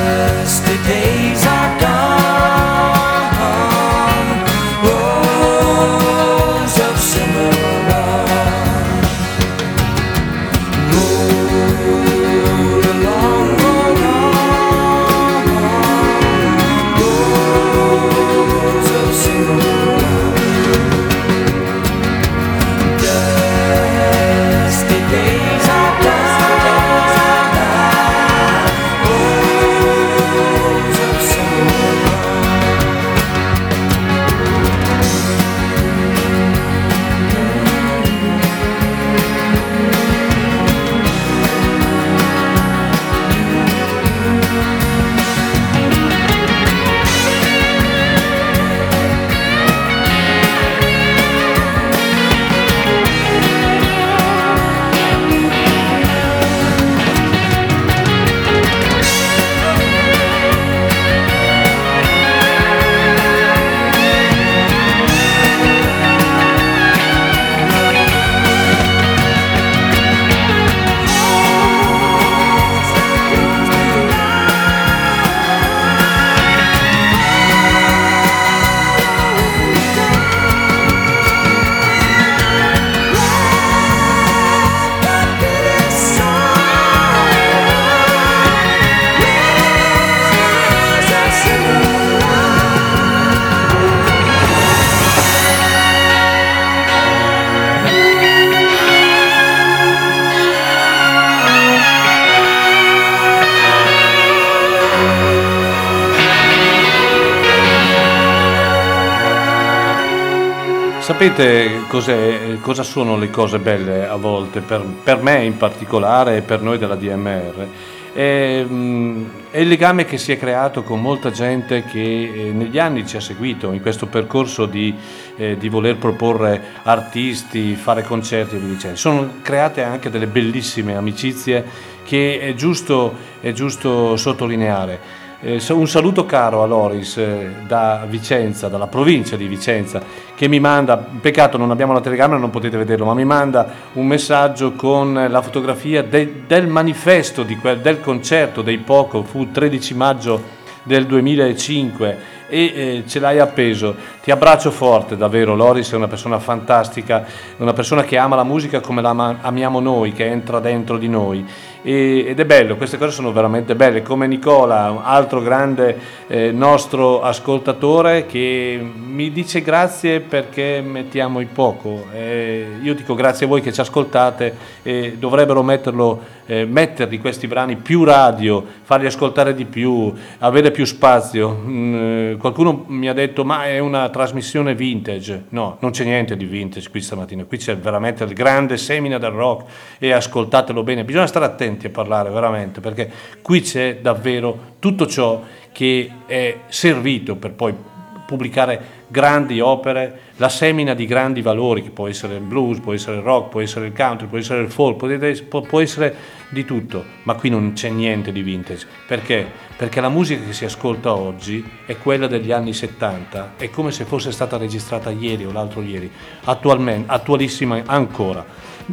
Sapete cosa sono le cose belle a volte, per me in particolare e per noi della DMR? È il legame che si è creato con molta gente che negli anni ci ha seguito in questo percorso di voler proporre artisti, fare concerti e via dicendo. Sono create anche delle bellissime amicizie che è giusto sottolineare. Un saluto caro a Loris da Vicenza, dalla provincia di Vicenza, che mi manda, peccato non abbiamo la telecamera, non potete vederlo, ma mi manda un messaggio con la fotografia del manifesto del concerto dei Poco, fu 13 maggio del 2005 e ce l'hai appeso. Ti abbraccio forte, davvero. Loris è una persona fantastica, una persona che ama la musica come la amiamo noi, che entra dentro di noi, ed è bello, queste cose sono veramente belle, come Nicola, un altro grande nostro ascoltatore, che mi dice grazie perché mettiamo i Poco. Io dico grazie a voi che ci ascoltate, dovrebbero metterli questi brani più radio, farli ascoltare di più, avere più spazio. Qualcuno mi ha detto ma è una trasmissione vintage. No, non c'è niente di vintage qui stamattina, qui c'è veramente il grande semina del rock, e ascoltatelo bene, bisogna stare attenti a parlare veramente, perché qui c'è davvero tutto ciò che è servito per poi pubblicare grandi opere, la semina di grandi valori, che può essere il blues, può essere il rock, può essere il country, può essere il folk, può essere di tutto, ma qui non c'è niente di vintage. Perché? Perché la musica che si ascolta oggi è quella degli anni 70, è come se fosse stata registrata ieri o l'altro ieri, attualissima ancora.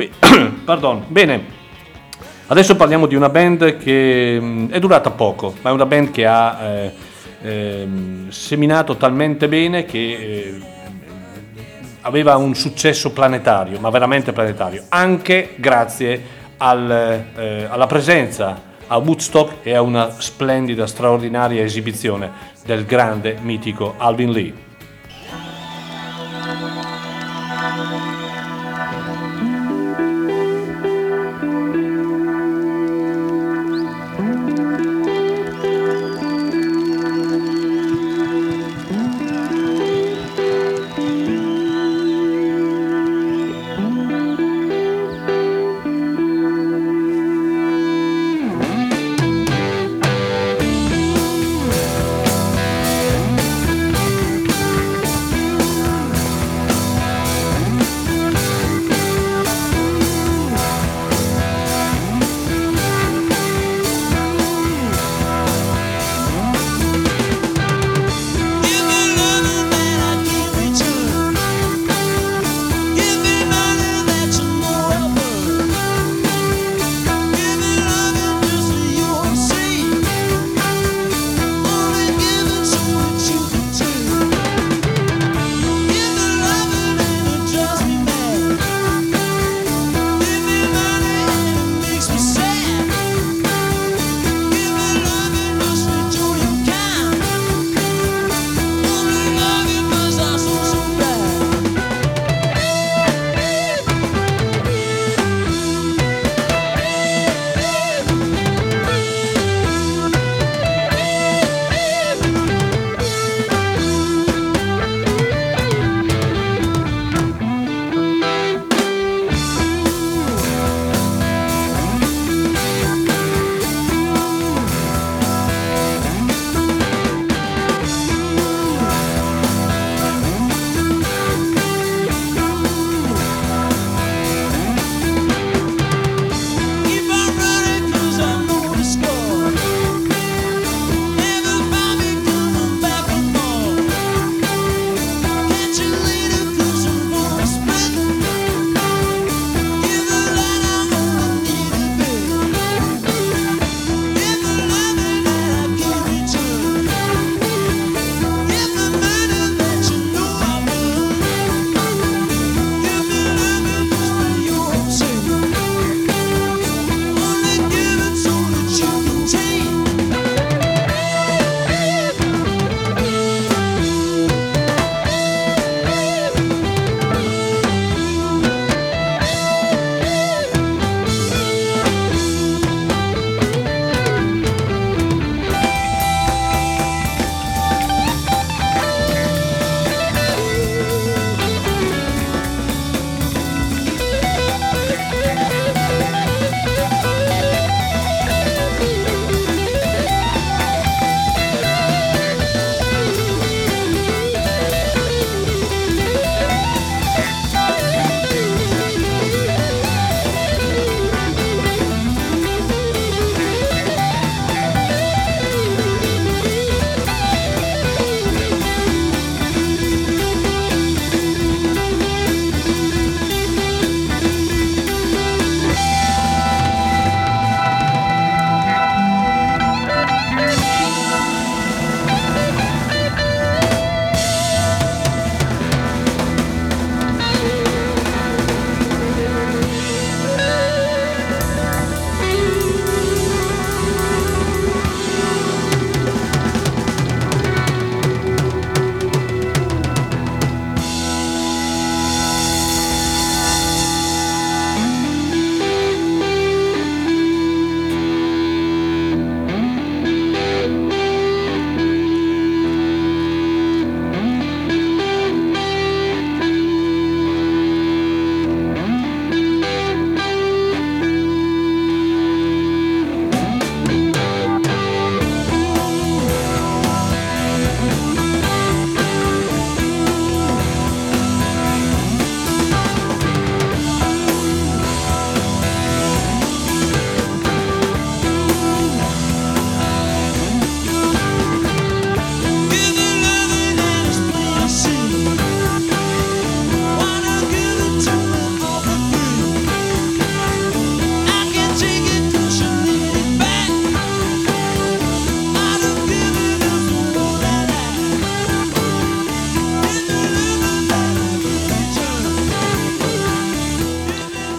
Bene, adesso parliamo di una band che è durata poco, ma è una band che ha seminato talmente bene che aveva un successo planetario, ma veramente planetario, anche grazie alla presenza a Woodstock e a una splendida, straordinaria esibizione del grande, mitico Alvin Lee.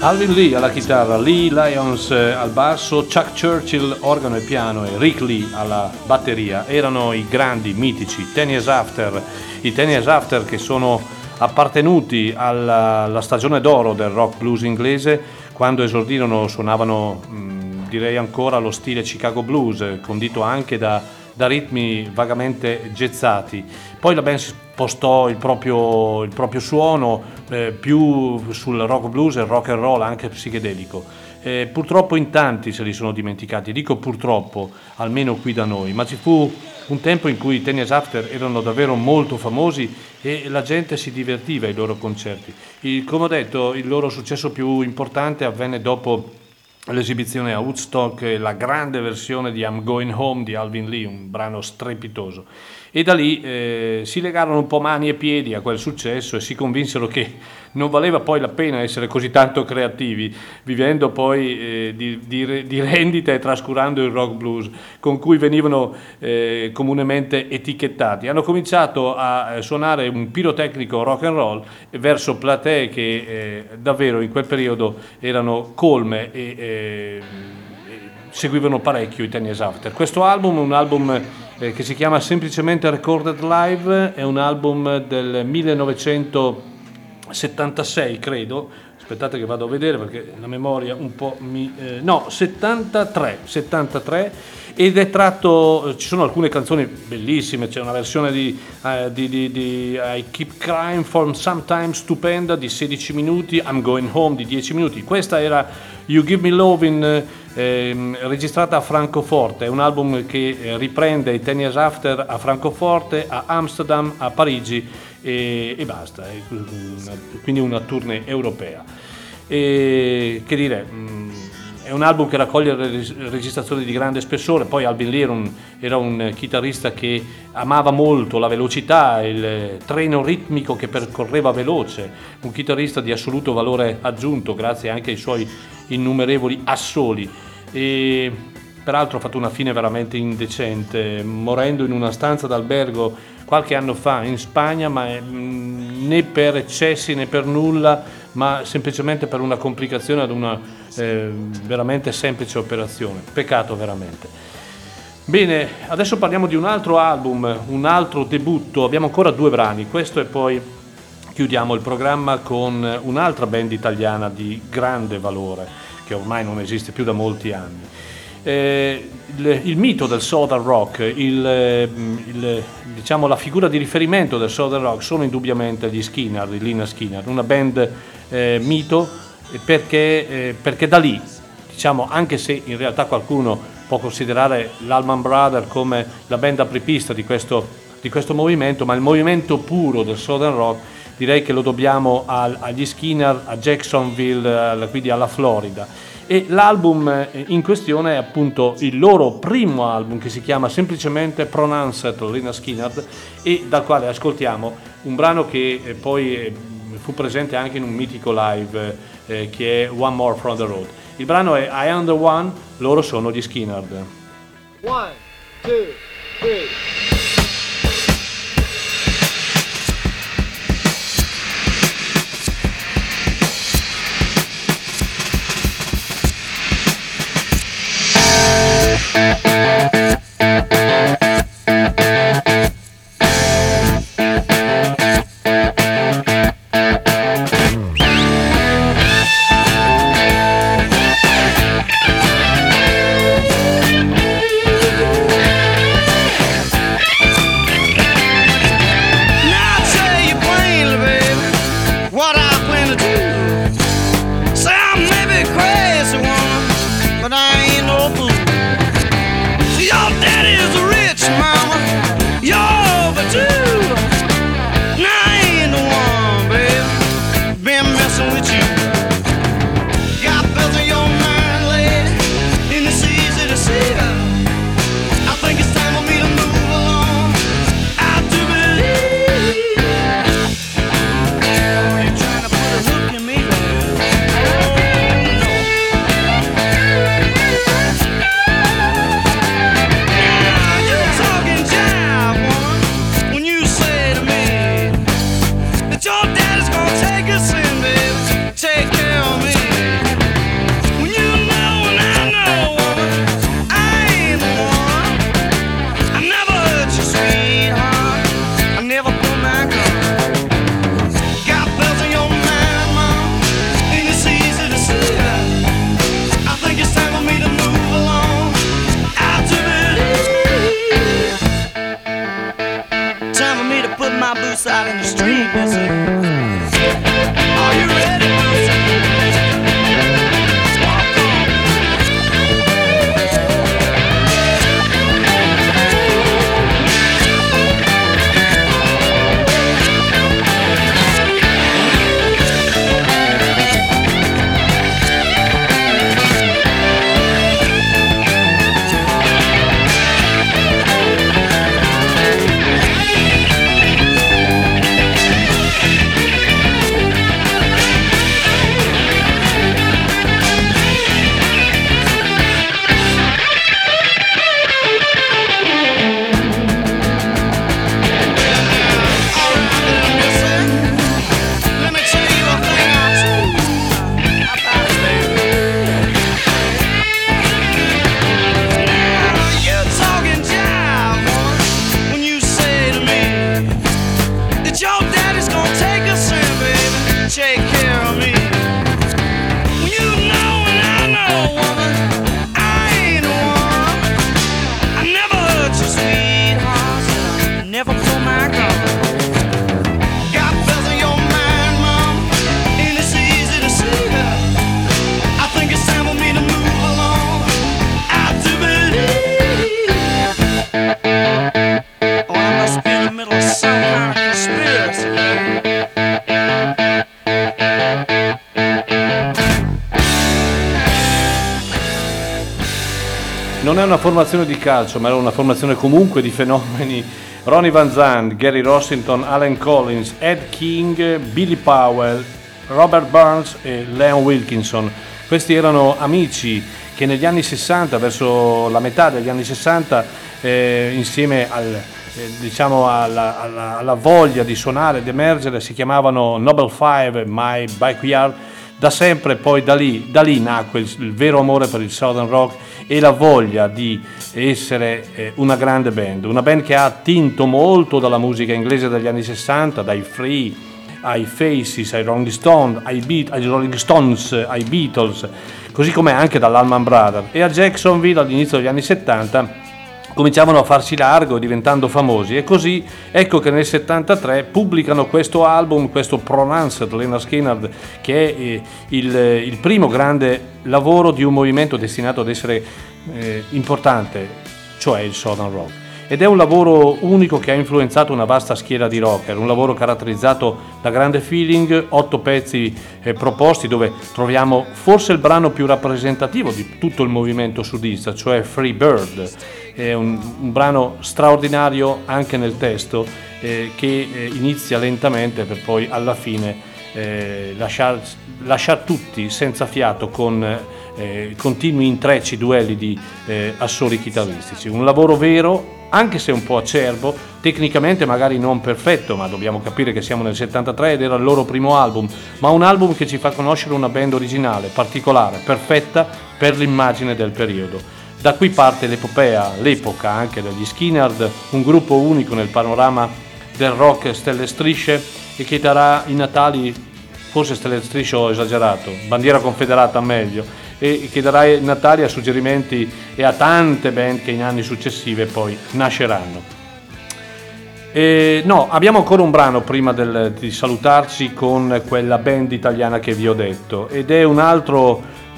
Alvin Lee alla chitarra, Lee Lyons al basso, Chuck Churchill organo e piano e Rick Lee alla batteria. Erano i grandi mitici Ten Years After, i Ten Years After che sono appartenuti alla stagione d'oro del rock blues inglese. Quando esordirono suonavano direi ancora lo stile Chicago Blues, condito anche da ritmi vagamente jazzati. Poi la band spostò il proprio suono più sul rock blues e rock and roll anche psichedelico. Purtroppo in tanti se li sono dimenticati, dico purtroppo, almeno qui da noi, ma ci fu un tempo in cui i Ten Years After erano davvero molto famosi e la gente si divertiva ai loro concerti. Come ho detto, il loro successo più importante avvenne dopo l'esibizione a Woodstock, la grande versione di I'm Going Home di Alvin Lee, un brano strepitoso. E da lì si legarono un po' mani e piedi a quel successo e si convinsero che non valeva poi la pena essere così tanto creativi, vivendo poi di rendite e trascurando il rock blues con cui venivano comunemente etichettati. Hanno cominciato a suonare un pirotecnico rock and roll verso platee che davvero in quel periodo erano colme e seguivano parecchio i Ten Years After. Questo album è un album che si chiama semplicemente Recorded Live, è un album del 1976 credo, aspettate che vado a vedere perché la memoria un po' no, 73, ed è tratto, ci sono alcune canzoni bellissime, c'è una versione di I Keep Crying for Sometimes stupenda di 16 minuti, I'm Going Home di 10 minuti, questa era You Give Me Lovin', registrata a Francoforte. È un album che riprende i Ten Years After a Francoforte, a Amsterdam, a Parigi e basta, quindi una tournée europea. E che dire, è un album che raccoglie registrazioni di grande spessore. Poi Alvin Lee era un chitarrista che amava molto la velocità, il treno ritmico che percorreva veloce, un chitarrista di assoluto valore aggiunto grazie anche ai suoi innumerevoli assoli, e peraltro ha fatto una fine veramente indecente, morendo in una stanza d'albergo qualche anno fa in Spagna, ma né per eccessi né per nulla, ma semplicemente per una complicazione ad una veramente semplice operazione. Peccato veramente. Bene, adesso parliamo di un altro album, un altro debutto. Abbiamo ancora 2 brani, questo e poi chiudiamo il programma con un'altra band italiana di grande valore che ormai non esiste più da molti anni. Il mito del Southern Rock, diciamo la figura di riferimento del Southern Rock sono indubbiamente gli Skinner, di Lynyrd Skynyrd, una band mito perché da lì, diciamo, anche se in realtà qualcuno può considerare l'Allman Brothers come la band apripista di questo movimento, ma il movimento puro del Southern Rock direi che lo dobbiamo agli Skinner, a Jacksonville, quindi alla Florida. E l'album in questione è appunto il loro primo album, che si chiama semplicemente Pronounced Lynyrd Skynyrd, e dal quale ascoltiamo un brano che poi fu presente anche in un mitico live che è One More From The Road. Il brano è I Am The One, loro sono gli Skynyrd. 1, 2, 3. in the street, Missy. Are you ready, Missy? Walk on. Non è una formazione di calcio, ma era una formazione comunque di fenomeni. Ronnie Van Zant, Gary Rossington, Allen Collins, Ed King, Billy Powell, Robert Burns e Leon Wilkinson. Questi erano amici che negli anni 60, verso la metà degli anni 60, insieme alla voglia di suonare ed emergere, si chiamavano Noble Five, My Backyard. Da sempre poi da lì nacque il vero amore per il Southern Rock e la voglia di essere una grande band, una band che ha attinto molto dalla musica inglese degli anni 60, dai Free ai Faces, ai Rolling Stones, ai Beatles, così come anche dall'Allman Brothers, e a Jacksonville all'inizio degli anni 70 cominciavano a farsi largo diventando famosi, e così ecco che nel 73 pubblicano questo album, questo Pronounced Lynyrd Skynyrd, che è il primo grande lavoro di un movimento destinato ad essere importante, cioè il Southern Rock. Ed è un lavoro unico che ha influenzato una vasta schiera di rocker, un lavoro caratterizzato da grande feeling, 8 pezzi proposti, dove troviamo forse il brano più rappresentativo di tutto il movimento sudista, cioè Free Bird. È un brano straordinario anche nel testo, che inizia lentamente per poi alla fine lasciar tutti senza fiato con continui intrecci, duelli di assoli chitarristici. Un lavoro vero, anche se un po' acerbo, tecnicamente magari non perfetto, ma dobbiamo capire che siamo nel 73 ed era il loro primo album, ma un album che ci fa conoscere una band originale, particolare, perfetta per l'immagine del periodo. Da qui parte l'epopea, l'epoca anche degli Skynyrd, un gruppo unico nel panorama del rock stelle strisce, e che darà i Natali, forse stelle strisce ho esagerato, bandiera confederata meglio, e che darà i Natali a suggerimenti e a tante band che in anni successivi poi nasceranno. No, abbiamo ancora un brano prima di salutarci con quella band italiana che vi ho detto, ed è un altro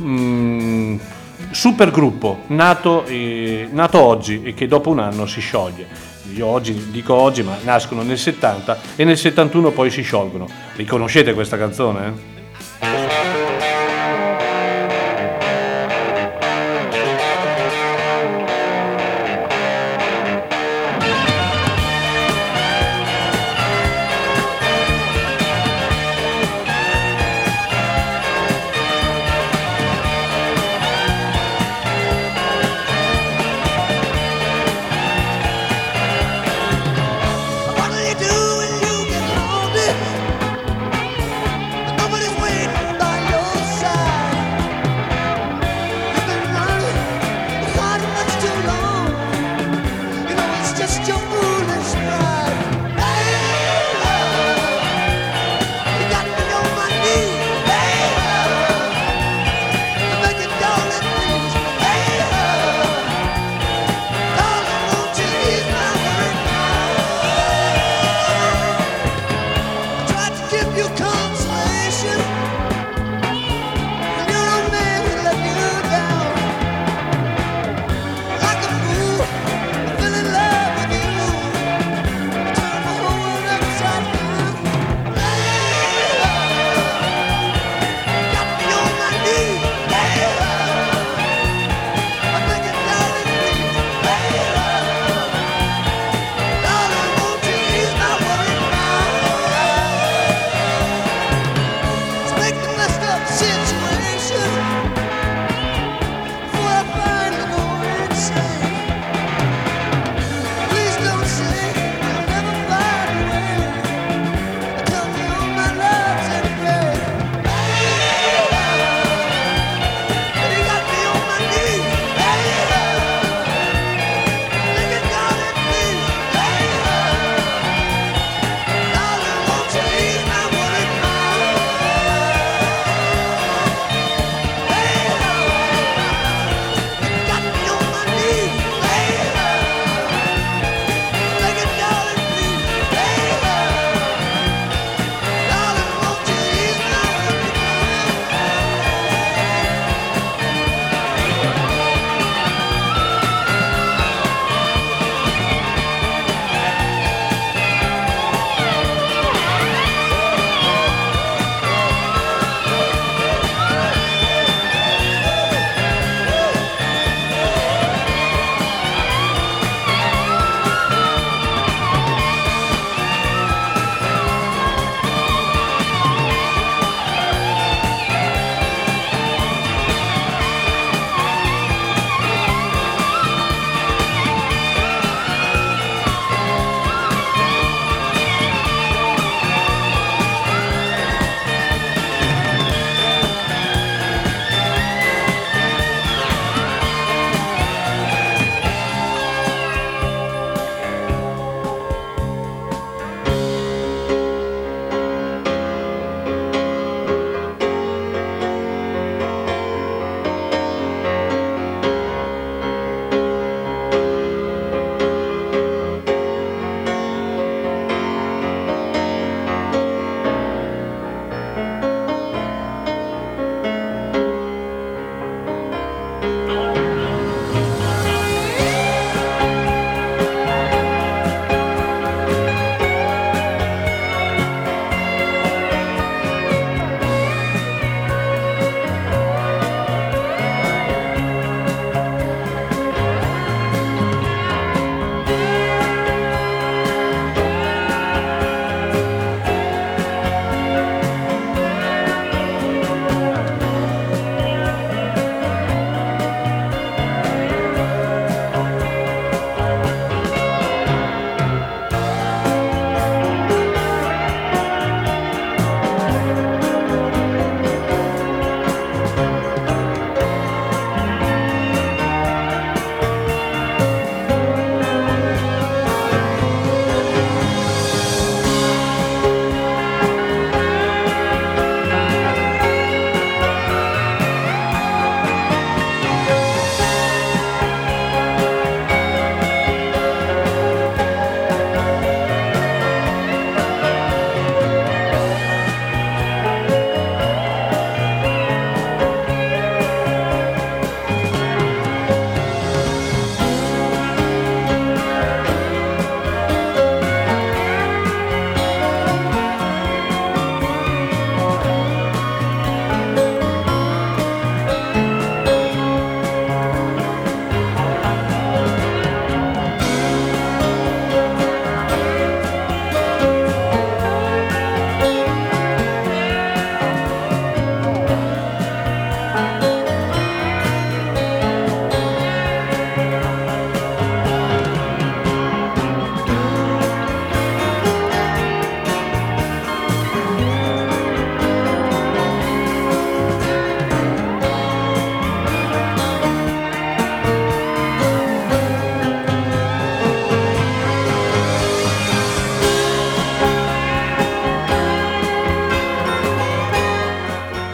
super gruppo nato oggi e che dopo un anno si scioglie. Io dico oggi, ma nascono nel 70 e nel 71 poi si sciolgono. Riconoscete questa canzone? What do you do when you get lonely? Nobody's waiting by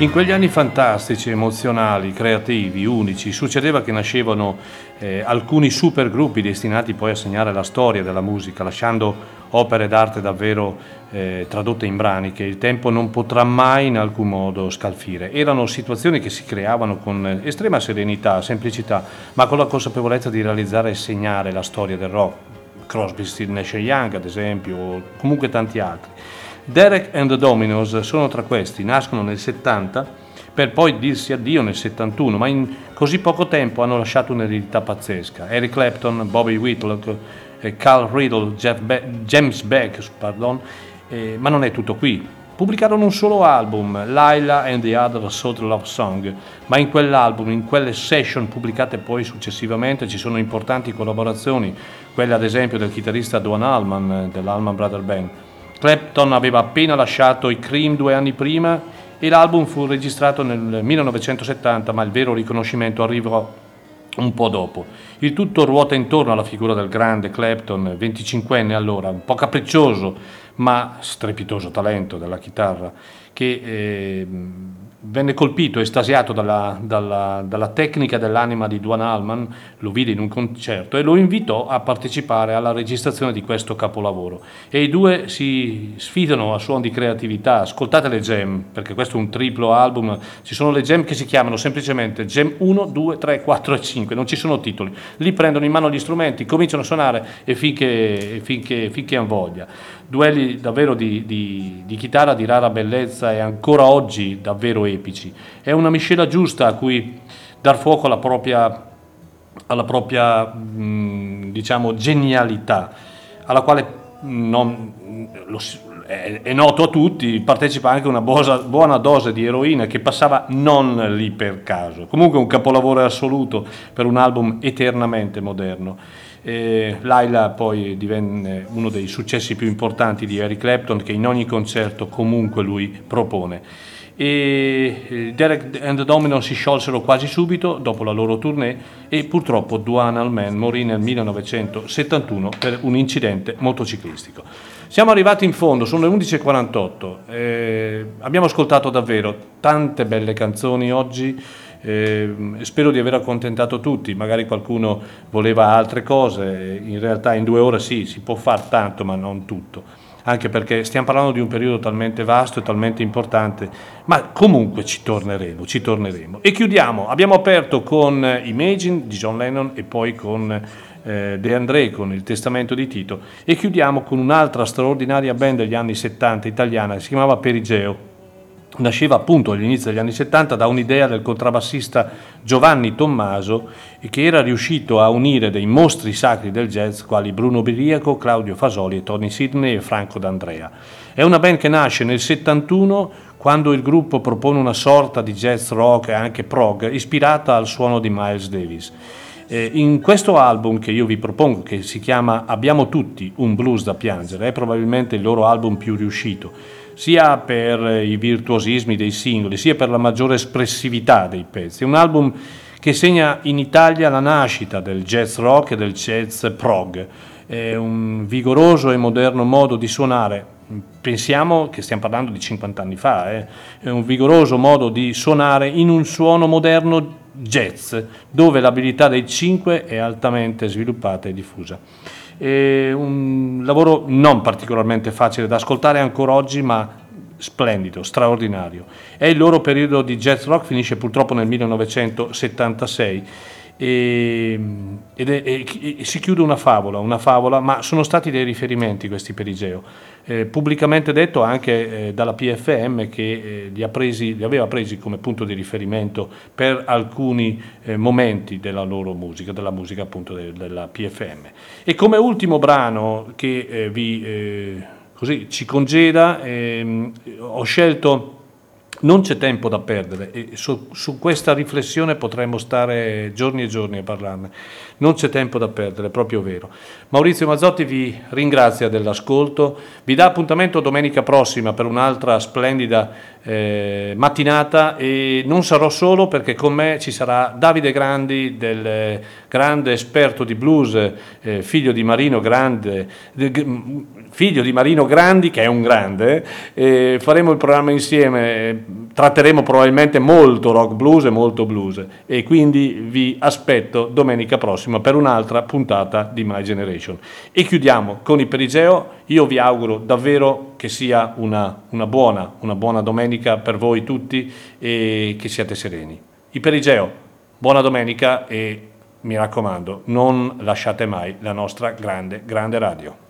In quegli anni fantastici, emozionali, creativi, unici, succedeva che nascevano alcuni supergruppi destinati poi a segnare la storia della musica, lasciando opere d'arte davvero tradotte in brani che il tempo non potrà mai in alcun modo scalfire. Erano situazioni che si creavano con estrema serenità, semplicità, ma con la consapevolezza di realizzare e segnare la storia del rock. Crosby, Stills, Nash & Young ad esempio, o comunque tanti altri. Derek and the Dominos sono tra questi, nascono nel 70 per poi dirsi addio nel 71, ma in così poco tempo hanno lasciato un'eredità pazzesca. Eric Clapton, Bobby Whitlock, Carl Riddle, James Beck, ma non è tutto qui. Pubblicarono un solo album, Lila and the Other Sort Love Song, ma in quell'album, in quelle session pubblicate poi successivamente, ci sono importanti collaborazioni, quelle ad esempio del chitarrista Duane Allman, dell'Allman Brothers Band. Clapton aveva appena lasciato i Cream 2 anni prima e l'album fu registrato nel 1970, ma il vero riconoscimento arrivò un po' dopo. Il tutto ruota intorno alla figura del grande Clapton, 25enne allora, un po' capriccioso ma strepitoso talento della chitarra, che venne colpito, estasiato dalla tecnica dell'anima di Duane Allman, lo vide in un concerto e lo invitò a partecipare alla registrazione di questo capolavoro. E i due si sfidano a suon di creatività. Ascoltate le jam, perché questo è un triplo album, ci sono le jam che si chiamano semplicemente jam 1, 2, 3, 4 e 5, non ci sono titoli, li prendono in mano gli strumenti, cominciano a suonare e finché hanno voglia. Duelli davvero di chitarra di rara bellezza e ancora oggi davvero epici. È una miscela giusta a cui dar fuoco alla propria diciamo genialità, alla quale è noto a tutti, partecipa anche una buona dose di eroina che passava non lì per caso. Comunque un capolavoro assoluto per un album eternamente moderno. Lila poi divenne uno dei successi più importanti di Eric Clapton, che in ogni concerto comunque lui propone. E Derek and the Dominos si sciolsero quasi subito dopo la loro tournée e purtroppo Duane Allman morì nel 1971 per un incidente motociclistico. Siamo arrivati in fondo, sono le 11:48, abbiamo ascoltato davvero tante belle canzoni oggi. Spero di aver accontentato tutti, magari qualcuno voleva altre cose, in realtà in 2 ore sì, si può far tanto ma non tutto, anche perché stiamo parlando di un periodo talmente vasto e talmente importante, ma comunque ci torneremo. E chiudiamo, abbiamo aperto con Imagine di John Lennon e poi con De André con Il testamento di Tito, e chiudiamo con un'altra straordinaria band degli anni 70 italiana che si chiamava Perigeo. Nasceva appunto all'inizio degli anni 70 da un'idea del contrabbassista Giovanni Tommaso, che era riuscito a unire dei mostri sacri del jazz quali Bruno Biriaco, Claudio Fasoli e Tony Sidney e Franco D'Andrea. È una band che nasce nel 71 quando il gruppo propone una sorta di jazz rock e anche prog ispirata al suono di Miles Davis. In questo album che io vi propongo, che si chiama Abbiamo tutti un blues da piangere, è probabilmente il loro album più riuscito, sia per i virtuosismi dei singoli, sia per la maggiore espressività dei pezzi. È un album che segna in Italia la nascita del jazz rock e del jazz prog. È un vigoroso e moderno modo di suonare. Pensiamo che stiamo parlando di 50 anni fa, È un vigoroso modo di suonare in un suono moderno jazz, dove l'abilità dei 5 è altamente sviluppata e diffusa. È un lavoro non particolarmente facile da ascoltare ancora oggi, ma splendido, straordinario. E il loro periodo di jazz rock finisce purtroppo nel 1976 e si chiude una favola, ma sono stati dei riferimenti questi Perigeo, pubblicamente detto anche dalla PFM, che li aveva presi come punto di riferimento per alcuni momenti della loro musica, della musica appunto della PFM. E come ultimo brano che così ci congeda, ho scelto Non c'è tempo da perdere, e su questa riflessione potremmo stare giorni e giorni a parlarne. Non c'è tempo da perdere, è proprio vero. Maurizio Mazzotti vi ringrazia dell'ascolto, vi dà appuntamento domenica prossima per un'altra splendida mattinata, e non sarò solo, perché con me ci sarà Davide Grandi, del grande esperto di blues, figlio di Marino Grandi, che è un grande, faremo il programma insieme tratteremo probabilmente molto rock blues e molto blues, e quindi vi aspetto domenica prossima per un'altra puntata di My Generation. E chiudiamo con i Perigeo. Io vi auguro davvero che sia una buona domenica per voi tutti e che siate sereni. I Perigeo, buona domenica, e mi raccomando, non lasciate mai la nostra grande radio.